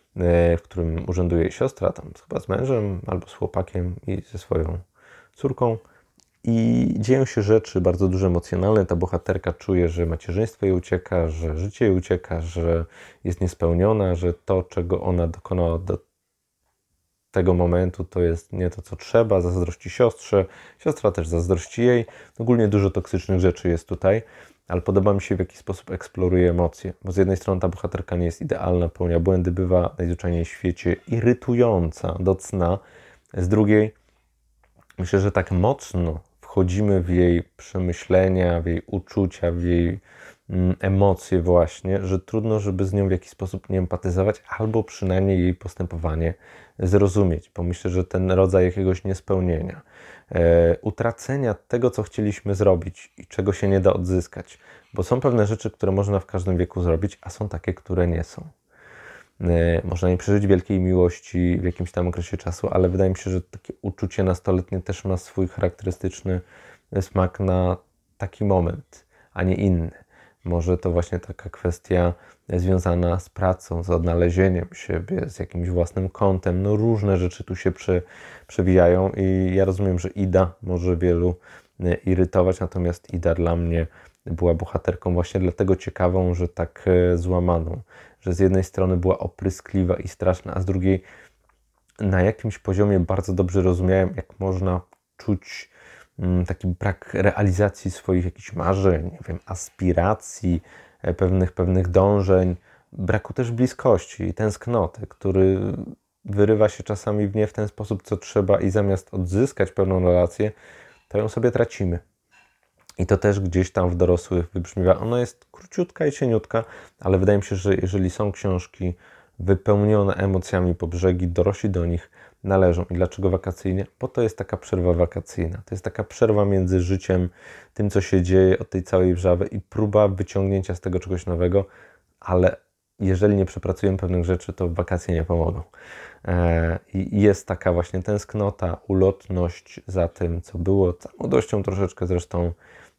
w którym urzęduje jej siostra, tam chyba z mężem albo z chłopakiem i ze swoją córką. I dzieją się rzeczy bardzo duże emocjonalne. Ta bohaterka czuje, że macierzyństwo jej ucieka, że życie jej ucieka, że jest niespełniona, że to, czego ona dokonała do tego momentu to jest nie to, co trzeba, zazdrości siostrze, siostra też zazdrości jej. Ogólnie dużo toksycznych rzeczy jest tutaj, ale podoba mi się, w jaki sposób eksploruje emocje, bo z jednej strony ta bohaterka nie jest idealna, popełnia błędy, bywa najzwyczajniej w świecie irytująca do cna, z drugiej myślę, że tak mocno wchodzimy w jej przemyślenia, w jej uczucia, w jej mm, emocje właśnie, że trudno, żeby z nią w jakiś sposób nie empatyzować, albo przynajmniej jej postępowanie zrozumieć, bo myślę, że ten rodzaj jakiegoś niespełnienia, e, utracenia tego, co chcieliśmy zrobić i czego się nie da odzyskać, bo są pewne rzeczy, które można w każdym wieku zrobić, a są takie, które nie są. Można nie przeżyć wielkiej miłości w jakimś tam okresie czasu, ale wydaje mi się, że takie uczucie nastoletnie też ma swój charakterystyczny smak na taki moment, a nie inny. Może to właśnie taka kwestia związana z pracą, z odnalezieniem siebie, z jakimś własnym kątem. No różne rzeczy tu się prze, przewijają i ja rozumiem, że Ida może wielu irytować, natomiast Ida dla mnie była bohaterką właśnie dlatego ciekawą, że tak złamaną, że z jednej strony była opryskliwa i straszna, a z drugiej na jakimś poziomie bardzo dobrze rozumiałem, jak można czuć taki brak realizacji swoich jakichś marzeń, nie wiem, aspiracji, pewnych, pewnych dążeń, braku też bliskości i tęsknoty, który wyrywa się czasami w nie w ten sposób, co trzeba i zamiast odzyskać pewną relację, to ją sobie tracimy. I to też gdzieś tam w dorosłych wybrzmiewa. Ona jest króciutka i cieniutka, ale wydaje mi się, że jeżeli są książki wypełnione emocjami po brzegi, dorośli do nich należą. I dlaczego wakacyjnie? Bo to jest taka przerwa wakacyjna. To jest taka przerwa między życiem, tym, co się dzieje od tej całej wrzawy i próba wyciągnięcia z tego czegoś nowego, ale jeżeli nie przepracujemy pewnych rzeczy, to wakacje nie pomogą. I jest taka właśnie tęsknota, ulotność za tym, co było, za młodością troszeczkę zresztą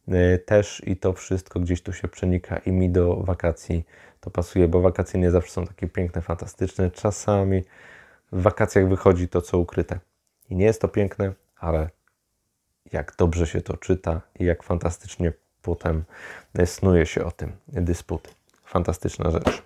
też i to wszystko gdzieś tu się przenika i mi do wakacji to pasuje, bo wakacje nie zawsze są takie piękne, fantastyczne. Czasami w wakacjach wychodzi to, co ukryte. I nie jest to piękne, ale jak dobrze się to czyta i jak fantastycznie potem snuje się o tym dysputy. Fantastyczna rzecz.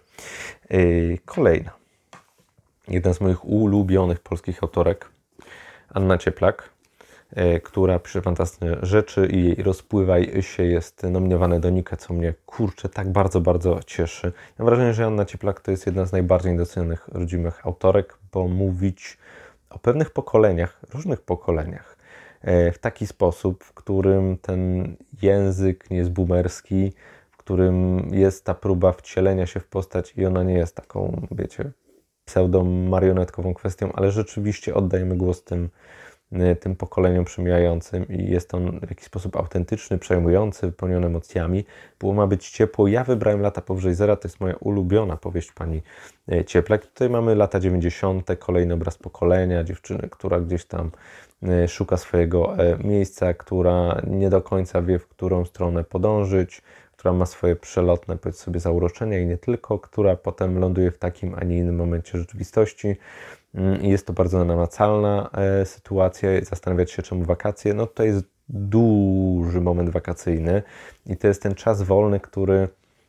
Kolejna. Jeden z moich ulubionych polskich autorek, Anna Cieplak, która pisze fantastyczne rzeczy i jej Rozpływaj się jest nominowane do Nika, co mnie, kurczę, tak bardzo, bardzo cieszy. Mam wrażenie, że Anna Cieplak to jest jedna z najbardziej docenionych rodzimych autorek, bo mówić o pewnych pokoleniach, różnych pokoleniach, w taki sposób, w którym ten język nie jest boomerski, w którym jest ta próba wcielenia się w postać i ona nie jest taką, wiecie, pseudo-marionetkową kwestią, ale rzeczywiście oddajemy głos tym, tym pokoleniom przemijającym i jest on w jakiś sposób autentyczny, przejmujący, wypełniony emocjami. Było ma być ciepło. Ja wybrałem Lata powyżej zera, to jest moja ulubiona powieść pani Cieplak. Tutaj mamy lata dziewięćdziesiąte, kolejny obraz pokolenia, dziewczyny, która gdzieś tam szuka swojego miejsca, która nie do końca wie, w którą stronę podążyć, która ma swoje przelotne, powiedz sobie, zauroczenia i nie tylko, która potem ląduje w takim, a nie innym momencie rzeczywistości. I jest to bardzo namacalna e, sytuacja. Zastanawiać się, czemu wakacje. No to jest duży moment wakacyjny i to jest ten czas wolny, który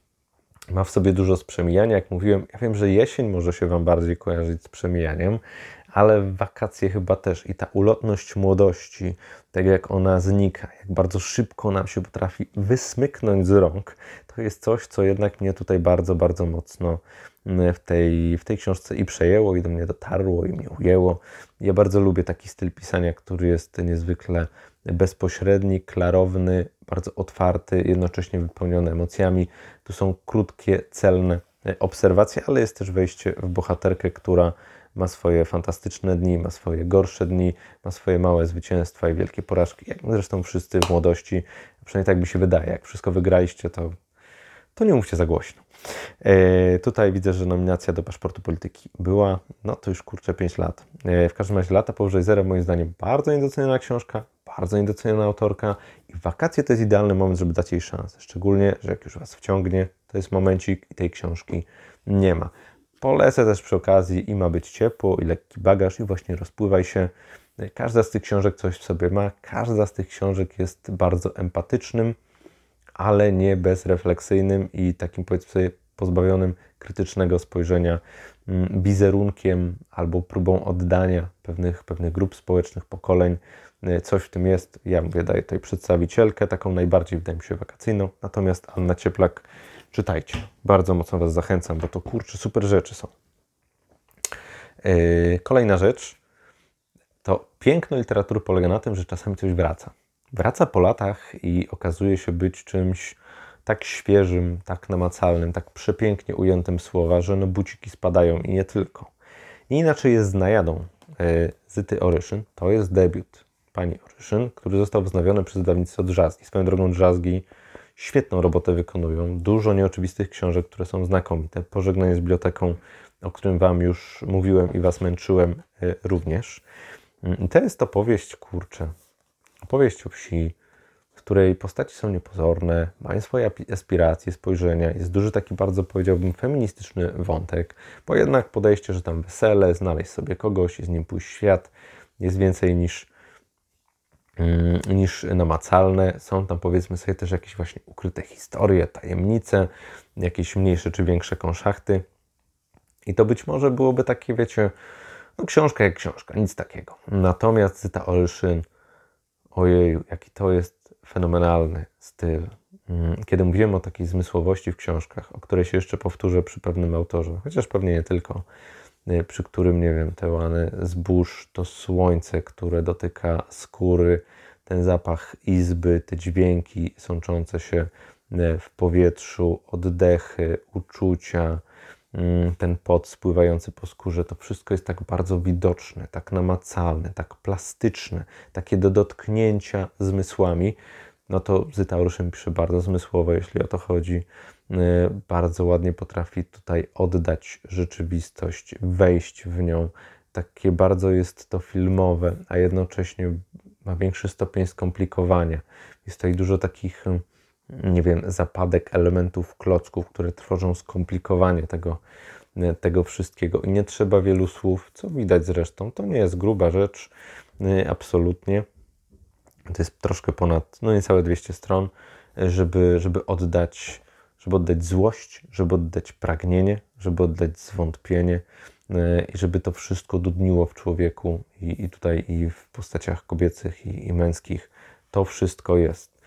ma w sobie dużo sprzemijania. Jak mówiłem, ja wiem, że jesień może się Wam bardziej kojarzyć z przemijaniem, ale wakacje chyba też i ta ulotność młodości, tak jak ona znika, jak bardzo szybko nam się potrafi wysmyknąć z rąk, to jest coś, co jednak mnie tutaj bardzo, bardzo mocno w tej, w tej książce i przejęło, i do mnie dotarło, i mnie ujęło. Ja bardzo lubię taki styl pisania, który jest niezwykle bezpośredni, klarowny, bardzo otwarty, jednocześnie wypełniony emocjami. Tu są krótkie, celne obserwacje, ale jest też wejście w bohaterkę, która ma swoje fantastyczne dni, ma swoje gorsze dni, ma swoje małe zwycięstwa i wielkie porażki, jak zresztą wszyscy w młodości. Przynajmniej tak mi się wydaje. Jak wszystko wygraliście, to, to nie mówcie za głośno. E, tutaj widzę, że nominacja do Paszportu Polityki była, no to już kurczę pięć lat. E, w każdym razie Lata powyżej zera, moim zdaniem, bardzo niedoceniona książka, bardzo niedoceniona autorka i wakacje to jest idealny moment, żeby dać jej szansę. Szczególnie, że jak już Was wciągnie, to jest momencik i tej książki nie ma. Polecę też przy okazji i ma być ciepło, i lekki bagaż, i właśnie Rozpływaj się. Każda z tych książek coś w sobie ma, każda z tych książek jest bardzo empatycznym, ale nie bezrefleksyjnym i takim, powiedzmy sobie, pozbawionym krytycznego spojrzenia wizerunkiem albo próbą oddania pewnych, pewnych grup społecznych, pokoleń. Coś w tym jest. Ja mówię, daję tutaj przedstawicielkę, taką najbardziej, wydaje mi się, wakacyjną. Natomiast Anna Cieplak, czytajcie. Bardzo mocno Was zachęcam, bo to kurczę, super rzeczy są. Yy, kolejna rzecz. To piękno literatury polega na tym, że czasami coś wraca. Wraca po latach i okazuje się być czymś tak świeżym, tak namacalnym, tak przepięknie ujętym słowa, że no buciki spadają i nie tylko. I inaczej jest z Najadą yy, Zyty Oryszyn. To jest debiut pani Oryszyn, który został wznowiony przez wydawnictwo Drzazgi. Swoją drogą Drzazgi świetną robotę wykonują. Dużo nieoczywistych książek, które są znakomite. Pożegnanie z biblioteką, o którym Wam już mówiłem i Was męczyłem yy, również. I to jest opowieść, kurczę, opowieść o wsi, w której postaci są niepozorne, mają swoje aspiracje, spojrzenia. Jest duży taki bardzo, powiedziałbym, feministyczny wątek, bo jednak podejście, że tam wesele, znaleźć sobie kogoś i z nim pójść w świat, jest więcej niż, mm, niż namacalne. Są tam, powiedzmy sobie, też jakieś właśnie ukryte historie, tajemnice, jakieś mniejsze czy większe konszachty. I to być może byłoby takie, wiecie, no książka jak książka, nic takiego. Natomiast Zyta Oryszyn, ojeju, jaki to jest fenomenalny styl. Kiedy mówiłem o takiej zmysłowości w książkach, o której się jeszcze powtórzę przy pewnym autorze, chociaż pewnie nie tylko, przy którym, nie wiem, te łany zbóż, to słońce, które dotyka skóry, ten zapach izby, te dźwięki sączące się w powietrzu, oddechy, uczucia, ten pot spływający po skórze, to wszystko jest tak bardzo widoczne, tak namacalne, tak plastyczne, takie do dotknięcia zmysłami. No to Zyta Oryszyn pisze bardzo zmysłowo, jeśli o to chodzi. Bardzo ładnie potrafi tutaj oddać rzeczywistość, wejść w nią. Takie bardzo jest to filmowe, a jednocześnie ma większy stopień skomplikowania. Jest tutaj dużo takich, nie wiem, zapadek, elementów, klocków, które tworzą skomplikowanie tego, tego wszystkiego. I nie trzeba wielu słów, co widać zresztą. To nie jest gruba rzecz, absolutnie. To jest troszkę ponad, no niecałe dwieście stron, żeby, żeby oddać, żeby oddać złość, żeby oddać pragnienie, żeby oddać zwątpienie i żeby to wszystko dudniło w człowieku i, i tutaj i w postaciach kobiecych i, i męskich. To wszystko jest.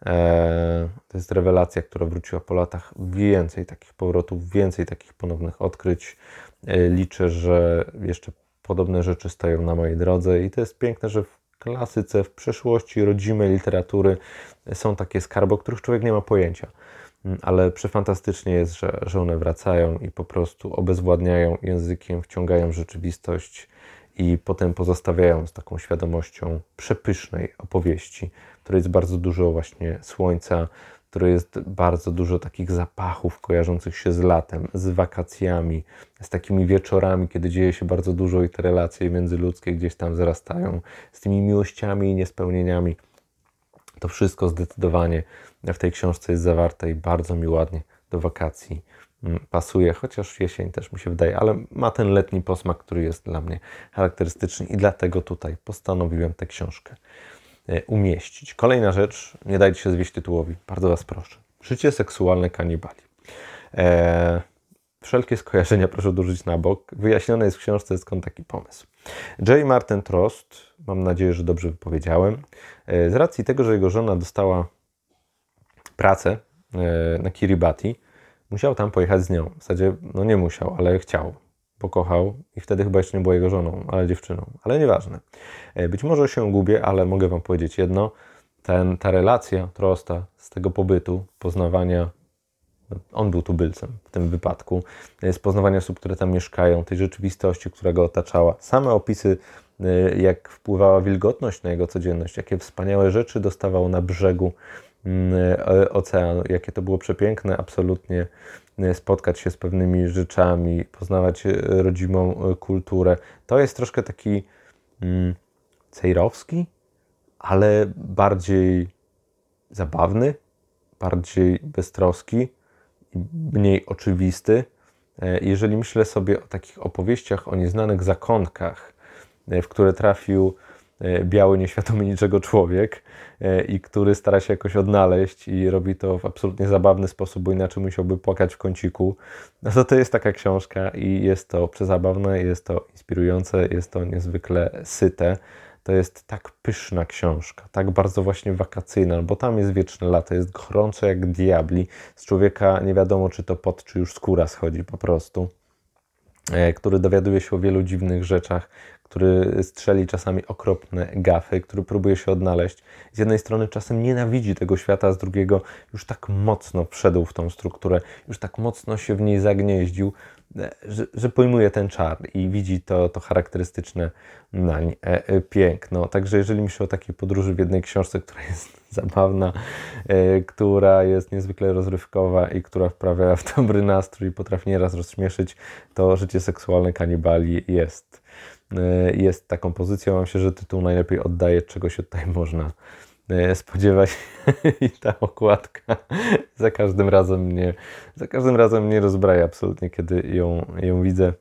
To jest rewelacja, która wróciła po latach. Więcej takich powrotów, więcej takich ponownych odkryć. Liczę, że jeszcze podobne rzeczy stoją na mojej drodze i to jest piękne, że w klasyce, w przeszłości rodzimej literatury są takie skarby, o których człowiek nie ma pojęcia. Ale przefantastycznie jest, że, że one wracają i po prostu obezwładniają językiem, wciągają rzeczywistość i potem pozostawiają z taką świadomością przepysznej opowieści, w której jest bardzo dużo właśnie słońca, w której jest bardzo dużo takich zapachów kojarzących się z latem, z wakacjami, z takimi wieczorami, kiedy dzieje się bardzo dużo i te relacje międzyludzkie gdzieś tam wzrastają, z tymi miłościami i niespełnieniami. To wszystko zdecydowanie w tej książce jest zawarte i bardzo mi ładnie do wakacji pasuje, chociaż jesień też mi się wydaje, ale ma ten letni posmak, który jest dla mnie charakterystyczny i dlatego tutaj postanowiłem tę książkę umieścić. Kolejna rzecz, nie dajcie się zwieść tytułowi, bardzo Was proszę. Życie seksualne kanibali. Eee, wszelkie skojarzenia proszę odłożyć na bok. Wyjaśnione jest w książce, skąd taki pomysł. J. Martin Trost, mam nadzieję, że dobrze wypowiedziałem, e, z racji tego, że jego żona dostała pracę e, na Kiribati, musiał tam pojechać z nią. W zasadzie, no nie musiał, ale chciał, pokochał i wtedy chyba jeszcze nie była jego żoną, ale dziewczyną. Ale nieważne. Być może się gubię, ale mogę Wam powiedzieć jedno. Ten, ta relacja Trosta z tego pobytu, poznawania, on był tubylcem w tym wypadku, z poznawania osób, które tam mieszkają, tej rzeczywistości, która go otaczała. Same opisy, jak wpływała wilgotność na jego codzienność, jakie wspaniałe rzeczy dostawał na brzegu oceanu, jakie to było przepiękne, absolutnie spotkać się z pewnymi rzeczami, poznawać rodzimą kulturę. To jest troszkę taki mm, cejrowski, ale bardziej zabawny, bardziej beztroski i mniej oczywisty. Jeżeli myślę sobie o takich opowieściach o nieznanych zakątkach, w które trafił biały, nieświadomy niczego człowiek i który stara się jakoś odnaleźć i robi to w absolutnie zabawny sposób, bo inaczej musiałby płakać w kąciku. No to to jest taka książka i jest to przezabawne, jest to inspirujące, jest to niezwykle syte. To jest tak pyszna książka, tak bardzo właśnie wakacyjna, bo tam jest wieczne lato, jest gorąco jak diabli. Z człowieka nie wiadomo, czy to pot, czy już skóra schodzi po prostu. Który dowiaduje się o wielu dziwnych rzeczach, który strzeli czasami okropne gafy, który próbuje się odnaleźć. Z jednej strony czasem nienawidzi tego świata, a z drugiego już tak mocno wszedł w tą strukturę, już tak mocno się w niej zagnieździł, że, że pojmuje ten czar i widzi to, to charakterystyczne nań piękno. Także jeżeli myślę o takiej podróży w jednej książce, która jest zabawna, która jest niezwykle rozrywkowa i która wprawia w dobry nastrój i potrafi nieraz rozśmieszyć, to Życie seksualne kanibali jest, jest taką pozycją. Mam się, że tytuł najlepiej oddaje, czego się tutaj można spodziewać. I ta okładka za każdym razem mnie, za każdym razem mnie rozbraja absolutnie, kiedy ją, ją widzę.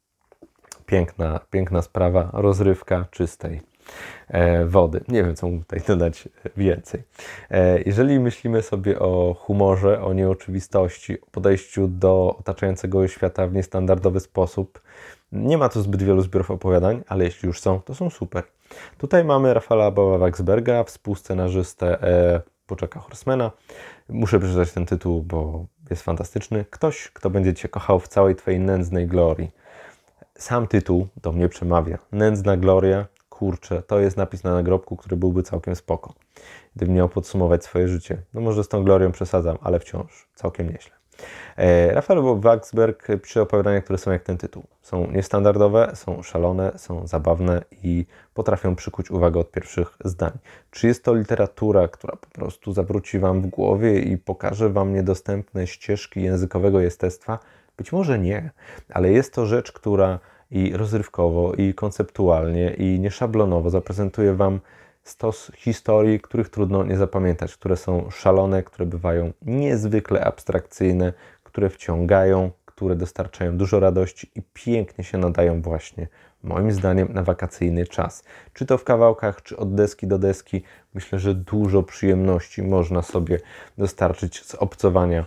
Piękna, piękna sprawa, rozrywka czystej wody. Nie wiem, co mógł tutaj dodać więcej. Jeżeli myślimy sobie o humorze, o nieoczywistości, o podejściu do otaczającego świata w niestandardowy sposób, nie ma tu zbyt wielu zbiorów opowiadań, ale jeśli już są, to są super. Tutaj mamy Rafaela Boba Waksberga, współscenarzystę BoJacka Horsemana. Muszę przeczytać ten tytuł, bo jest fantastyczny. Ktoś, kto będzie Cię kochał w całej Twojej nędznej glorii. Sam tytuł do mnie przemawia. Nędzna gloria, kurczę, to jest napis na nagrobku, który byłby całkiem spoko. Gdybym miał podsumować swoje życie. No może z tą glorią przesadzam, ale wciąż całkiem nieźle. E, Rafael Bob Waksberg pisze opowiadania, które są jak ten tytuł. Są niestandardowe, są szalone, są zabawne i potrafią przykuć uwagę od pierwszych zdań. Czy jest to literatura, która po prostu zawróci Wam w głowie i pokaże Wam niedostępne ścieżki językowego jestestwa? Być może nie, ale jest to rzecz, która i rozrywkowo, i konceptualnie, i nieszablonowo zaprezentuje Wam stos historii, których trudno nie zapamiętać, które są szalone, które bywają niezwykle abstrakcyjne, które wciągają, które dostarczają dużo radości i pięknie się nadają właśnie, moim zdaniem, na wakacyjny czas. Czy to w kawałkach, czy od deski do deski, myślę, że dużo przyjemności można sobie dostarczyć z obcowania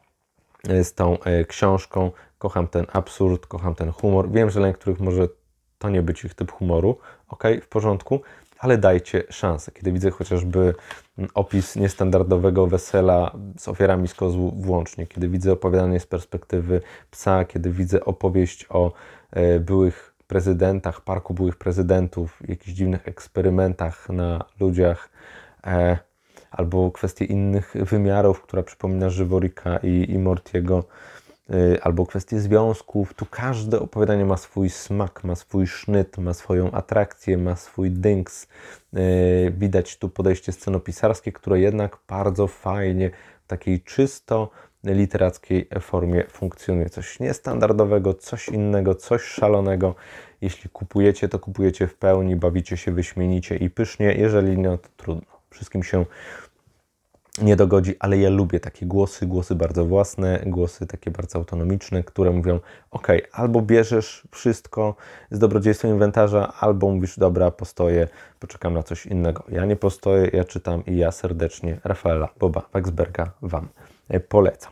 z tą książką. Kocham ten absurd, kocham ten humor. Wiem, że dla niektórych może to nie być ich typ humoru. Ok, w porządku, ale dajcie szansę. Kiedy widzę chociażby opis niestandardowego wesela z ofiarami z kozłu włącznie, kiedy widzę opowiadanie z perspektywy psa, kiedy widzę opowieść o e, byłych prezydentach, parku byłych prezydentów, jakichś dziwnych eksperymentach na ludziach, e, albo kwestie innych wymiarów, która przypomina Żyworika i, i Mortiego, y, albo kwestie związków. Tu każde opowiadanie ma swój smak, ma swój sznyt, ma swoją atrakcję, ma swój dynks. Y, widać tu podejście scenopisarskie, które jednak bardzo fajnie w takiej czysto literackiej formie funkcjonuje. Coś niestandardowego, coś innego, coś szalonego. Jeśli kupujecie, to kupujecie w pełni, bawicie się wyśmienicie i pysznie. Jeżeli nie, to trudno. Wszystkim się nie dogodzi, ale ja lubię takie głosy, głosy bardzo własne, głosy takie bardzo autonomiczne, które mówią, ok, albo bierzesz wszystko z dobrodziejstwem inwentarza, albo mówisz, dobra, postoję, poczekam na coś innego. Ja nie postoję, ja czytam i ja serdecznie Rafaela Boba Waksberga Wam polecam.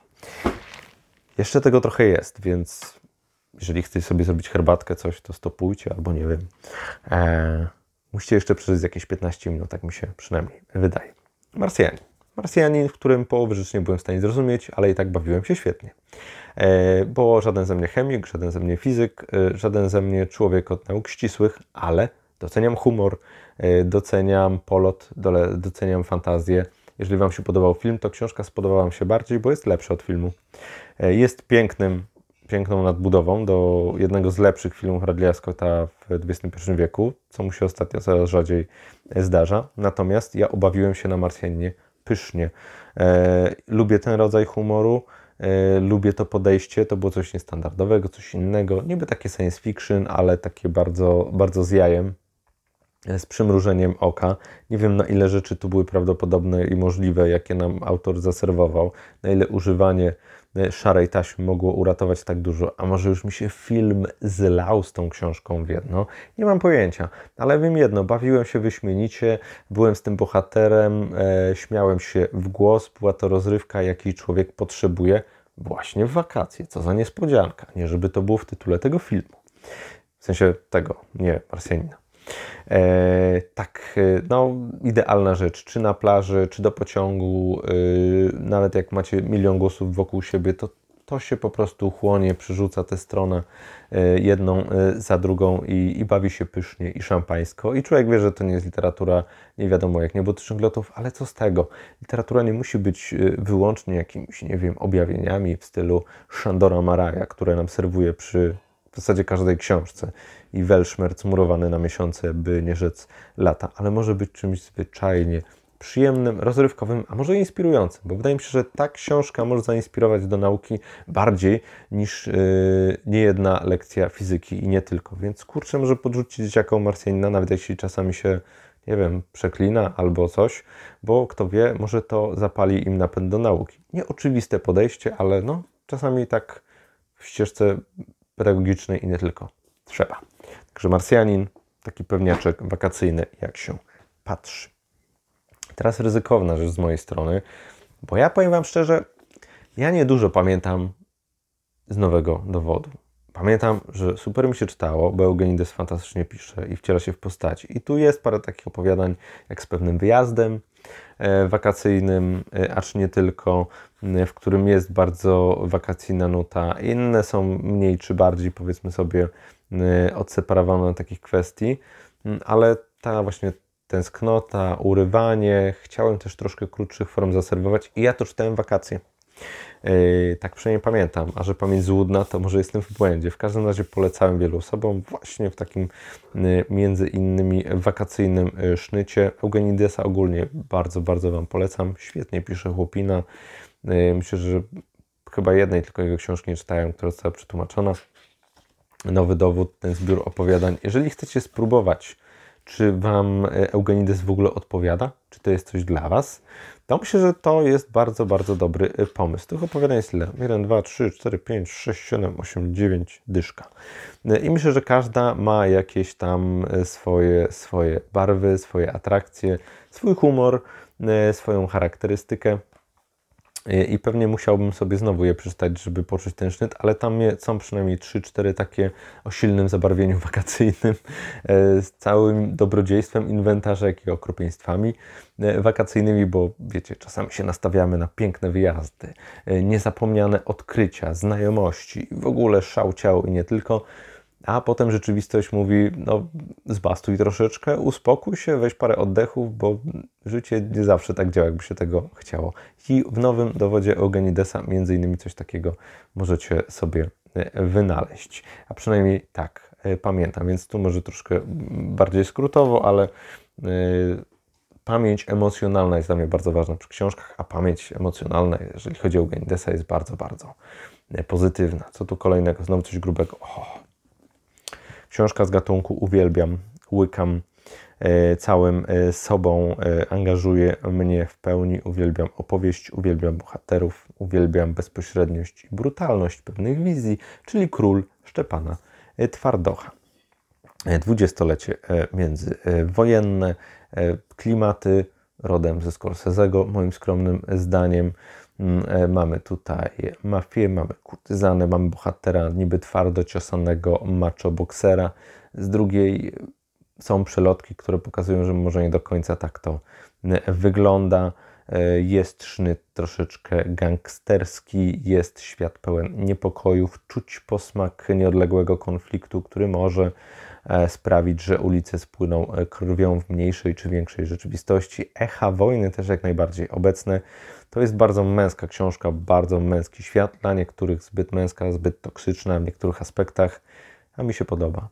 Jeszcze tego trochę jest, więc jeżeli chcecie sobie zrobić herbatkę, coś, to stopujcie, albo nie wiem. Eee, musicie jeszcze przeżyć jakieś piętnaście minut, tak mi się przynajmniej wydaje. Marsjanin. Marsjanin, w którym połowy rzeczy nie byłem w stanie zrozumieć, ale i tak bawiłem się świetnie. E, bo żaden ze mnie chemik, żaden ze mnie fizyk, e, żaden ze mnie człowiek od nauk ścisłych, ale doceniam humor, e, doceniam polot, dole, doceniam fantazję. Jeżeli Wam się podobał film, to książka spodobała Wam się bardziej, bo jest lepsza od filmu. E, jest pięknym, piękną nadbudową do jednego z lepszych filmów Ridleya Scotta w dwudziestym pierwszym wieku, co mu się ostatnio coraz rzadziej zdarza. Natomiast ja obawiłem się na Marsjaninie pysznie. E, lubię ten rodzaj humoru, e, lubię to podejście, to było coś niestandardowego, coś innego, niby takie science fiction, ale takie bardzo, bardzo z jajem. z przymrużeniem oka. Nie wiem, na ile rzeczy tu były prawdopodobne i możliwe, jakie nam autor zaserwował, na ile używanie szarej taśmy mogło uratować tak dużo, a może już mi się film zlał z tą książką w jedno. Nie mam pojęcia, ale wiem jedno, bawiłem się wyśmienicie, byłem z tym bohaterem, e, śmiałem się w głos, była to rozrywka, jakiej człowiek potrzebuje właśnie w wakacje. Co za niespodzianka, nie żeby to było w tytule tego filmu. W sensie tego, nie Marsjanina. E, tak, no idealna rzecz, czy na plaży, czy do pociągu, yy, nawet jak macie milion głosów wokół siebie, to to się po prostu chłonie, przerzuca tę stronę yy, jedną yy, za drugą i, i bawi się pysznie i szampańsko i człowiek wie, że to nie jest literatura nie wiadomo jak niebotycznych lotów, ale co z tego? Literatura nie musi być yy, wyłącznie jakimiś, nie wiem, objawieniami w stylu Szandora Maraja, które nam serwuje przy w zasadzie każdej książce i welszmerc murowany na miesiące, by nie rzec lata, ale może być czymś zwyczajnie przyjemnym, rozrywkowym, a może inspirującym, bo wydaje mi się, że ta książka może zainspirować do nauki bardziej niż yy, niejedna lekcja fizyki i nie tylko, więc kurczę, może podrzucić dzieciakom Marsjanina, nawet jeśli czasami się, nie wiem, przeklina albo coś, bo kto wie, może to zapali im napęd do nauki. Nieoczywiste podejście, ale no, czasami tak w ścieżce pedagogicznej i nie tylko. Trzeba. Także Marsjanin, taki pewniaczek wakacyjny, jak się patrzy. Teraz ryzykowna rzecz z mojej strony, bo ja powiem Wam szczerze, ja niedużo pamiętam z Nowego Dowodu. Pamiętam, że super mi się czytało, bo Eugenides fantastycznie pisze i wciela się w postaci. I tu jest parę takich opowiadań, jak z pewnym wyjazdem e, wakacyjnym, e, acz nie tylko, e, w którym jest bardzo wakacyjna nuta. Inne są mniej czy bardziej, powiedzmy sobie, e, odseparowane od takich kwestii, m, ale ta właśnie tęsknota, urywanie, chciałem też troszkę krótszych form zaserwować i ja to czytałem w wakacje. Yy, tak przynajmniej pamiętam, a że pamięć złudna, to może jestem w błędzie. W każdym razie polecałem wielu osobom właśnie w takim yy, między innymi wakacyjnym yy, sznycie. Eugenidesa ogólnie bardzo, bardzo Wam polecam. Świetnie pisze chłopina. Yy, myślę, że chyba jednej tylko jego książki nie czytałem, która została przetłumaczona. Nowy Dowód, ten zbiór opowiadań. Jeżeli chcecie spróbować, czy Wam Eugenides w ogóle odpowiada, czy to jest coś dla Was, to myślę, że to jest bardzo, bardzo dobry pomysł. Tych opowiadań jest ile? jeden, dwa, trzy, cztery, pięć, sześć, siedem, osiem, dziewięć, dyszka. I myślę, że każda ma jakieś tam swoje, swoje barwy, swoje atrakcje, swój humor, swoją charakterystykę. I pewnie musiałbym sobie znowu je przeczytać, żeby poczuć ten sznyt, ale tam są przynajmniej trzy cztery takie o silnym zabarwieniu wakacyjnym, z całym dobrodziejstwem inwentarza, jak i okropieństwami wakacyjnymi, bo wiecie, czasami się nastawiamy na piękne wyjazdy, niezapomniane odkrycia, znajomości, w ogóle szał ciał i nie tylko. A potem rzeczywistość mówi, no zbastuj troszeczkę, uspokój się, weź parę oddechów, bo życie nie zawsze tak działa, jakby się tego chciało. I w Nowym Dowodzie Eugenidesa między innymi coś takiego możecie sobie wynaleźć. A przynajmniej tak pamiętam, więc tu może troszkę bardziej skrótowo, ale yy, pamięć emocjonalna jest dla mnie bardzo ważna przy książkach, a pamięć emocjonalna, jeżeli chodzi o Eugenidesa, jest bardzo, bardzo pozytywna. Co tu kolejnego? Znowu coś grubego. O. Książka z gatunku uwielbiam, łykam e, całym e, sobą, e, angażuje mnie w pełni, uwielbiam opowieść, uwielbiam bohaterów, uwielbiam bezpośredniość i brutalność pewnych wizji, czyli Król Szczepana e, Twardocha. Dwudziestolecie e, międzywojenne, e, klimaty rodem ze Scorsese'ego, moim skromnym zdaniem. Mamy tutaj mafię, mamy kurtyzanę, mamy bohatera niby twardo ciosanego macho boksera. Z drugiej są przelotki, które pokazują, że może nie do końca tak to wygląda. Jest sznyt troszeczkę gangsterski, jest świat pełen niepokojów, czuć posmak nieodległego konfliktu, który może sprawić, że ulice spłyną krwią w mniejszej czy większej rzeczywistości. Echa wojny też jak najbardziej obecne. To jest bardzo męska książka, bardzo męski świat. Dla niektórych zbyt męska, zbyt toksyczna w niektórych aspektach, a mi się podoba.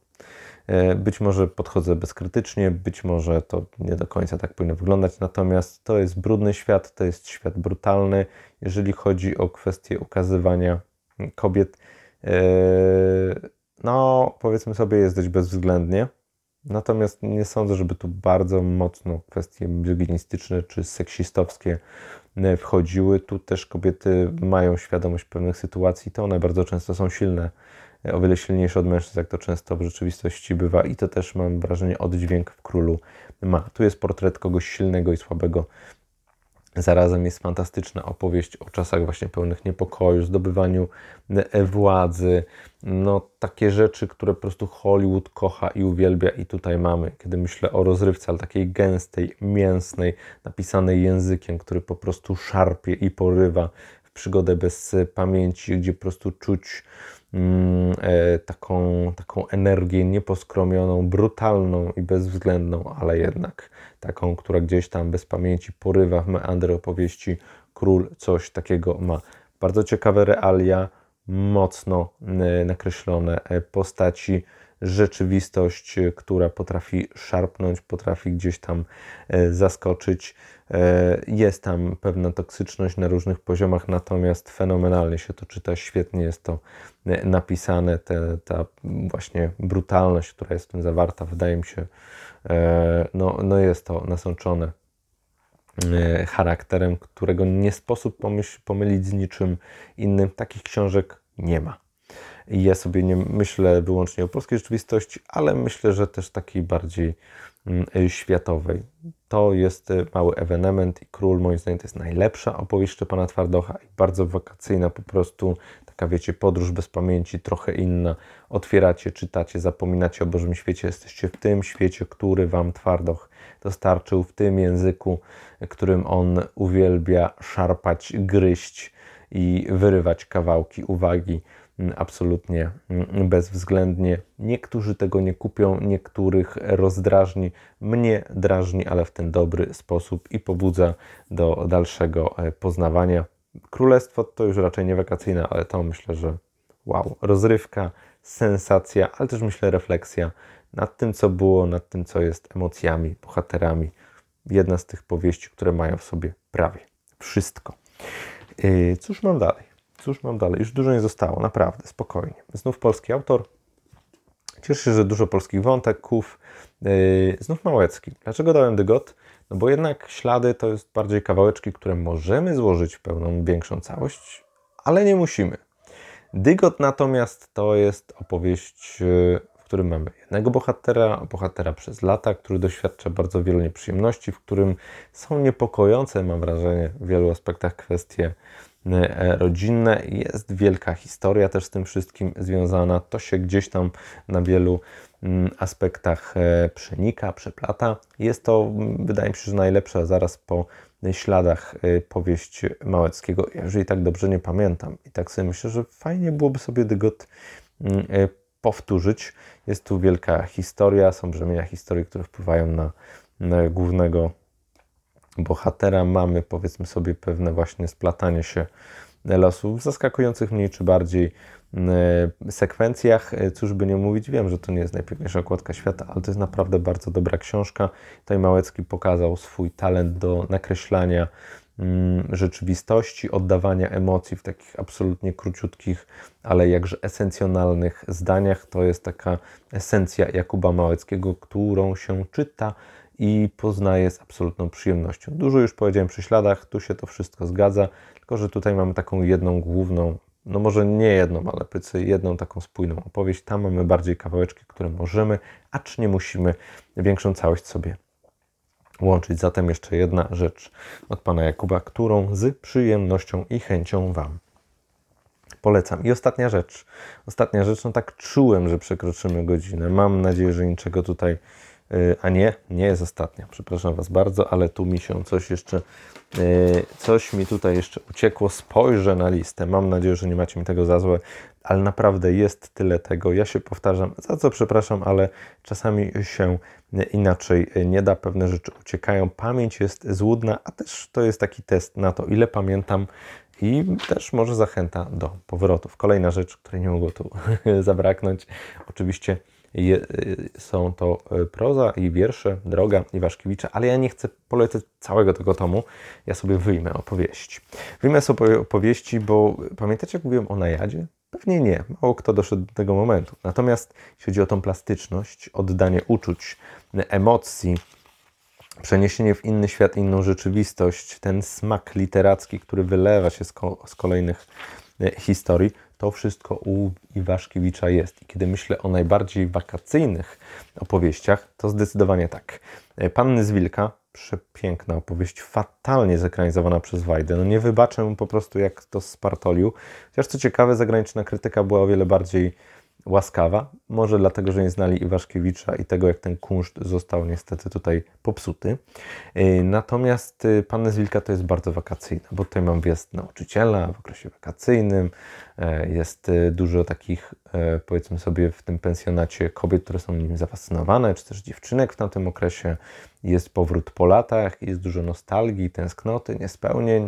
Być może podchodzę bezkrytycznie, być może to nie do końca tak powinno wyglądać, natomiast to jest brudny świat, to jest świat brutalny. Jeżeli chodzi o kwestię ukazywania kobiet, no powiedzmy sobie, jest dość bezwzględnie. Natomiast nie sądzę, żeby tu bardzo mocno kwestie misoginistyczne czy seksistowskie wchodziły. Tu też kobiety mają świadomość pewnych sytuacji, to one bardzo często są silne, o wiele silniejsze od mężczyzn, jak to często w rzeczywistości bywa i to też mam wrażenie oddźwięk w Królu ma. Tu jest portret kogoś silnego i słabego. Zarazem jest fantastyczna opowieść o czasach właśnie pełnych niepokoju, zdobywaniu władzy, no takie rzeczy, które po prostu Hollywood kocha i uwielbia i tutaj mamy, kiedy myślę o rozrywce, ale takiej gęstej, mięsnej, napisanej językiem, który po prostu szarpie i porywa w przygodę bez pamięci, gdzie po prostu czuć mm, e, taką, taką energię nieposkromioną, brutalną i bezwzględną, ale jednak taką, która gdzieś tam bez pamięci porywa w meandry opowieści. Król coś takiego ma. Bardzo ciekawe realia, mocno nakreślone postaci, rzeczywistość, która potrafi szarpnąć, potrafi gdzieś tam zaskoczyć. Jest tam pewna toksyczność na różnych poziomach, natomiast fenomenalnie się to czyta, świetnie jest to napisane, te, ta właśnie brutalność, która jest w tym zawarta, wydaje mi się, no, no jest to nasączone charakterem, którego nie sposób pomyśl, pomylić z niczym innym. Takich książek nie ma. I ja sobie nie myślę wyłącznie o polskiej rzeczywistości, ale myślę, że też takiej bardziej światowej. To jest mały ewenement i Król, moim zdaniem, to jest najlepsza opowieść Szczepana Twardocha i bardzo wakacyjna, po prostu taka, wiecie, podróż bez pamięci, trochę inna. Otwieracie, czytacie, zapominacie o Bożym świecie, jesteście w tym świecie, który wam Twardoch dostarczył, w tym języku, którym on uwielbia szarpać, gryźć i wyrywać kawałki uwagi. Absolutnie bezwzględnie. Niektórzy tego nie kupią, niektórych rozdrażni. Mnie drażni, ale w ten dobry sposób i pobudza do dalszego poznawania. Królestwo to już raczej nie wakacyjne, ale to myślę, że wow, rozrywka, sensacja, ale też myślę refleksja nad tym, co było, nad tym, co jest emocjami, bohaterami. Jedna z tych powieści, które mają w sobie prawie wszystko. Cóż mam dalej? Cóż mam dalej? Już dużo nie zostało, naprawdę, spokojnie. Znów polski autor. Cieszę się, że dużo polskich wąteków. Yy, znów Małecki. Dlaczego dałem Dygot? No bo jednak Ślady to jest bardziej kawałeczki, które możemy złożyć w pełną, większą całość, ale nie musimy. Dygot natomiast to jest opowieść, w którym mamy jednego bohatera, bohatera przez lata, który doświadcza bardzo wielu nieprzyjemności, w którym są niepokojące, mam wrażenie, w wielu aspektach kwestie rodzinne. Jest wielka historia też z tym wszystkim związana. To się gdzieś tam na wielu aspektach przenika, przeplata. Jest to, wydaje mi się, że najlepsza zaraz po Śladach powieść Małeckiego. Ja jeżeli tak dobrze nie pamiętam. I tak sobie myślę, że fajnie byłoby sobie Dygot powtórzyć. Jest tu wielka historia, są brzemienia historii, które wpływają na, na głównego bohatera. Mamy, powiedzmy sobie, pewne właśnie splatanie się losów w zaskakujących mniej czy bardziej sekwencjach. Cóż by nie mówić, wiem, że to nie jest najpiękniejsza okładka świata, ale to jest naprawdę bardzo dobra książka. Tutaj Małecki pokazał swój talent do nakreślania rzeczywistości, oddawania emocji w takich absolutnie króciutkich, ale jakże esencjonalnych zdaniach. To jest taka esencja Jakuba Małeckiego, którą się czyta i poznaje z absolutną przyjemnością. Dużo już powiedziałem przy Śladach, tu się to wszystko zgadza, tylko że tutaj mamy taką jedną główną, no może nie jedną, ale powiedzmy jedną taką spójną opowieść. Tam mamy bardziej kawałeczki, które możemy, acz nie musimy większą całość sobie łączyć. Zatem jeszcze jedna rzecz od pana Jakuba, którą z przyjemnością i chęcią wam polecam. I ostatnia rzecz. Ostatnia rzecz, no tak czułem, że przekroczymy godzinę. Mam nadzieję, że niczego tutaj, a nie, nie jest ostatnia. Przepraszam was bardzo, ale tu mi się coś jeszcze, coś mi tutaj jeszcze uciekło. Spojrzę na listę. Mam nadzieję, że nie macie mi tego za złe, ale naprawdę jest tyle tego. Ja się powtarzam, za co przepraszam, ale czasami się inaczej nie da. Pewne rzeczy uciekają. Pamięć jest złudna, a też to jest taki test na to, ile pamiętam i też może zachęta do powrotów. Kolejna rzecz, której nie mogło tu zabraknąć, oczywiście je, są to proza i wiersze Droga Iwaszkiewicza, ale ja nie chcę polecać całego tego tomu, ja sobie wyjmę opowieści. Wyjmę sobie opowieści, bo pamiętacie, jak mówiłem o najadzie? Pewnie nie, mało kto doszedł do tego momentu. Natomiast jeśli chodzi o tą plastyczność, oddanie uczuć, emocji, przeniesienie w inny świat, inną rzeczywistość, ten smak literacki, który wylewa się z, ko- z kolejnych historii, to wszystko u Iwaszkiewicza jest. I kiedy myślę o najbardziej wakacyjnych opowieściach, to zdecydowanie tak. Panny z Wilka, przepiękna opowieść, fatalnie zekranizowana przez Wajdę. No nie wybaczę mu po prostu, jak to spartolił. Chociaż co ciekawe, zagraniczna krytyka była o wiele bardziej łaskawa. Może dlatego, że nie znali Iwaszkiewicza i tego, jak ten kunszt został niestety tutaj popsuty. Natomiast Panny z Wilka to jest bardzo wakacyjna, bo tutaj mam wjazd nauczyciela w okresie wakacyjnym. Jest dużo takich, powiedzmy sobie, w tym pensjonacie kobiet, które są nim zafascynowane, czy też dziewczynek w tamtym okresie. Jest powrót po latach, jest dużo nostalgii, tęsknoty, niespełnień,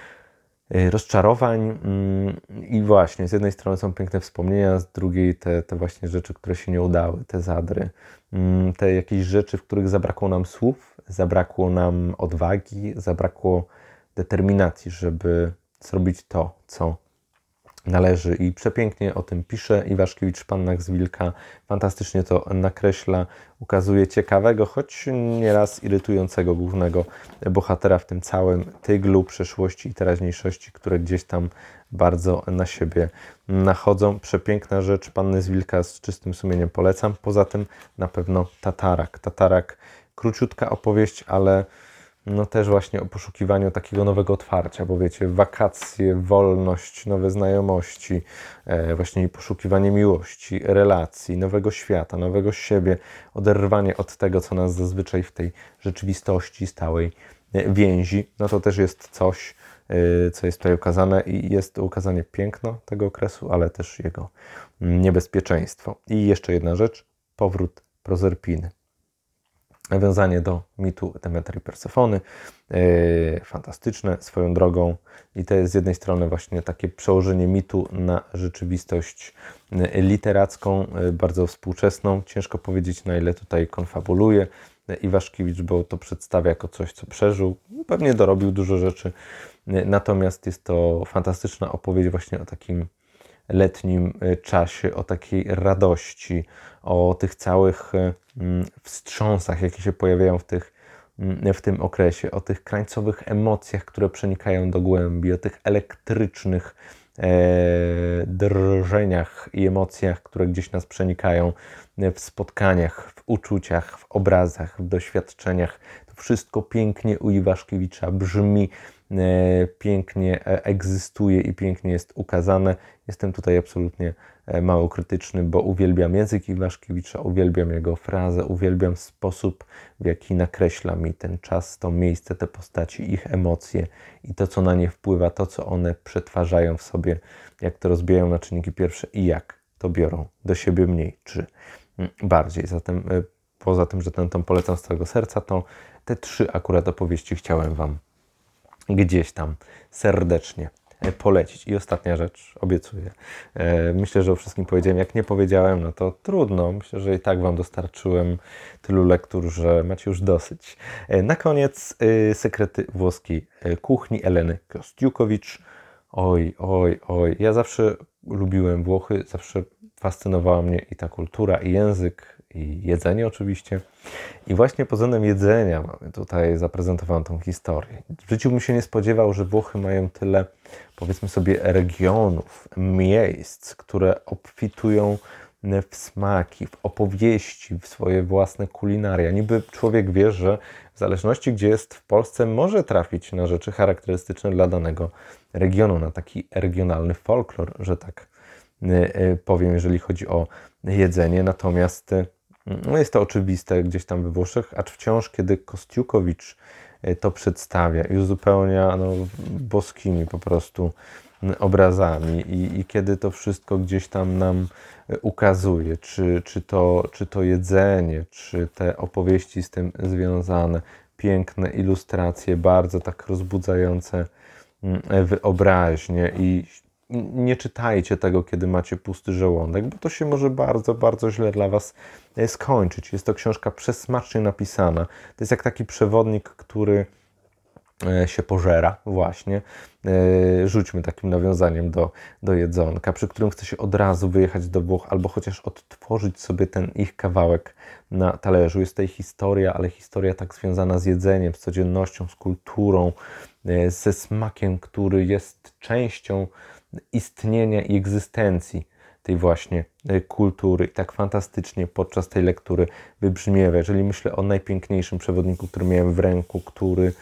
rozczarowań i właśnie z jednej strony są piękne wspomnienia, z drugiej te, te właśnie rzeczy, które się nie udały, te zadry, te jakieś rzeczy, w których zabrakło nam słów, zabrakło nam odwagi, zabrakło determinacji, żeby zrobić to, co należy i przepięknie o tym pisze Iwaszkiewicz w Pannach z Wilka, fantastycznie to nakreśla, ukazuje ciekawego, choć nieraz irytującego głównego bohatera w tym całym tyglu przeszłości i teraźniejszości, które gdzieś tam bardzo na siebie nachodzą. Przepiękna rzecz, Panny z Wilka z czystym sumieniem polecam. Poza tym na pewno Tatarak. Tatarak, króciutka opowieść, ale no też właśnie o poszukiwaniu takiego nowego otwarcia, bo wiecie, wakacje, wolność, nowe znajomości, e, właśnie poszukiwanie miłości, relacji, nowego świata, nowego siebie, oderwanie od tego, co nas zazwyczaj w tej rzeczywistości stałej więzi, no to też jest coś, e, co jest tutaj ukazane i jest to ukazanie piękno tego okresu, ale też jego niebezpieczeństwo. I jeszcze jedna rzecz, powrót Prozerpiny. Nawiązanie do mitu Demetry i Persefony, yy, fantastyczne swoją drogą i to jest z jednej strony właśnie takie przełożenie mitu na rzeczywistość literacką, yy, bardzo współczesną. Ciężko powiedzieć, na ile tutaj konfabuluje Iwaszkiewicz, bo to przedstawia jako coś, co przeżył. Pewnie dorobił dużo rzeczy, yy, natomiast jest to fantastyczna opowieść właśnie o takim letnim czasie, o takiej radości, o tych całych wstrząsach, jakie się pojawiają w, tych, w tym okresie, o tych krańcowych emocjach, które przenikają do głębi, o tych elektrycznych e, drżeniach i emocjach, które gdzieś nas przenikają w spotkaniach, w uczuciach, w obrazach, w doświadczeniach. To wszystko pięknie u Iwaszkiewicza brzmi, pięknie egzystuje i pięknie jest ukazane. Jestem tutaj absolutnie mało krytyczny, bo uwielbiam język Iwaszkiewicza, uwielbiam jego frazę, uwielbiam sposób, w jaki nakreśla mi ten czas, to miejsce, te postaci, ich emocje i to, co na nie wpływa, to, co one przetwarzają w sobie, jak to rozbijają na czynniki pierwsze i jak to biorą do siebie mniej czy bardziej. Zatem poza tym, że ten tom polecam z całego serca, to te trzy akurat opowieści chciałem Wam gdzieś tam serdecznie polecić. I ostatnia rzecz, obiecuję. Myślę, że o wszystkim powiedziałem. Jak nie powiedziałem, no to trudno. Myślę, że i tak Wam dostarczyłem tylu lektur, że macie już dosyć. Na koniec Sekrety włoskiej kuchni Eleny Kostiukowicz. Oj, oj, oj. Ja zawsze lubiłem Włochy, zawsze fascynowała mnie i ta kultura, i język, i jedzenie oczywiście. I właśnie pod względem jedzenia mamy tutaj zaprezentowaną tą historię. W życiu bym się nie spodziewał, że Włochy mają tyle, powiedzmy sobie, regionów, miejsc, które obfitują w smaki, w opowieści, w swoje własne kulinaria. Niby człowiek wie, że w zależności gdzie jest w Polsce, może trafić na rzeczy charakterystyczne dla danego regionu, na taki regionalny folklor, że tak powiem, jeżeli chodzi o jedzenie. Natomiast no jest to oczywiste gdzieś tam we Włoszech, acz wciąż, kiedy Kostiukowicz to przedstawia i uzupełnia no, boskimi po prostu obrazami i, i kiedy to wszystko gdzieś tam nam ukazuje, czy, czy, to, czy to jedzenie, czy te opowieści z tym związane, piękne ilustracje, bardzo tak rozbudzające wyobraźnię i nie czytajcie tego, kiedy macie pusty żołądek, bo to się może bardzo, bardzo źle dla Was skończyć. Jest to książka przesmacznie napisana. To jest jak taki przewodnik, który się pożera właśnie. Rzućmy takim nawiązaniem do, do jedzonka, przy którym chce się od razu wyjechać do Włoch, albo chociaż odtworzyć sobie ten ich kawałek na talerzu. Jest tutaj historia, ale historia tak związana z jedzeniem, z codziennością, z kulturą, ze smakiem, który jest częścią istnienia i egzystencji tej właśnie kultury. I tak fantastycznie podczas tej lektury wybrzmiewa. Jeżeli myślę o najpiękniejszym przewodniku, który miałem w ręku, który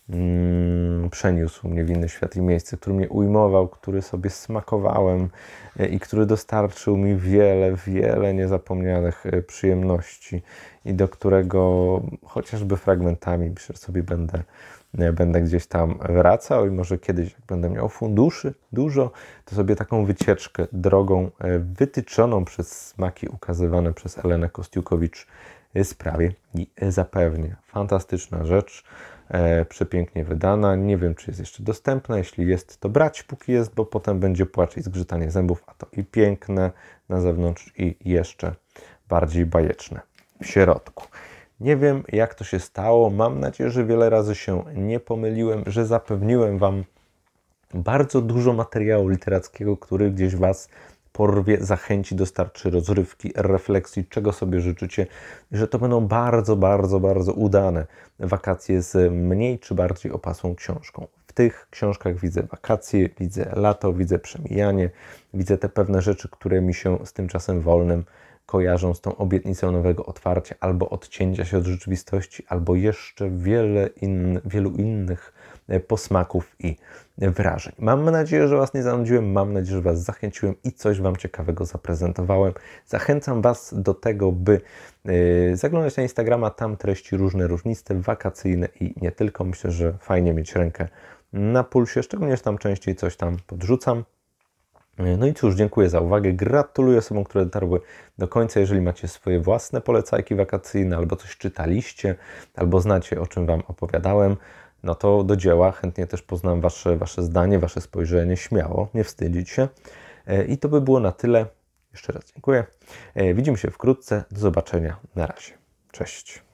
mm, przeniósł mnie w inny świat i miejsce, który mnie ujmował, który sobie smakowałem i który dostarczył mi wiele, wiele niezapomnianych przyjemności i do którego chociażby fragmentami myślę, sobie będę będę gdzieś tam wracał i może kiedyś, jak będę miał funduszy dużo, to sobie taką wycieczkę drogą wytyczoną przez smaki ukazywane przez Elenę Kostiukowicz sprawię i zapewnię. Fantastyczna rzecz, e, przepięknie wydana. Nie wiem, czy jest jeszcze dostępna. Jeśli jest, to brać póki jest, bo potem będzie płacz i zgrzytanie zębów, a to i piękne na zewnątrz i jeszcze bardziej bajeczne w środku. Nie wiem, jak to się stało. Mam nadzieję, że wiele razy się nie pomyliłem, że zapewniłem Wam bardzo dużo materiału literackiego, który gdzieś Was porwie, zachęci, dostarczy rozrywki, refleksji, czego sobie życzycie, i że to będą bardzo, bardzo, bardzo udane wakacje z mniej czy bardziej opasłą książką. W tych książkach widzę wakacje, widzę lato, widzę przemijanie, widzę te pewne rzeczy, które mi się z tym czasem wolnym kojarzą, z tą obietnicą nowego otwarcia, albo odcięcia się od rzeczywistości, albo jeszcze wiele in, wielu innych posmaków i wrażeń. Mam nadzieję, że Was nie zanudziłem, mam nadzieję, że Was zachęciłem i coś Wam ciekawego zaprezentowałem. Zachęcam Was do tego, by yy, zaglądać na Instagrama, tam treści różne, różniste, wakacyjne i nie tylko. Myślę, że fajnie mieć rękę na pulsie, szczególnie, że tam częściej coś tam podrzucam. No i cóż, dziękuję za uwagę, gratuluję osobom, które dotarły do końca. Jeżeli macie swoje własne polecajki wakacyjne, albo coś czytaliście, albo znacie, o czym Wam opowiadałem, no to do dzieła, chętnie też poznam Wasze, wasze zdanie, Wasze spojrzenie, śmiało, nie wstydzić się. I to by było na tyle. Jeszcze raz dziękuję. Widzimy się wkrótce, do zobaczenia, na razie. Cześć.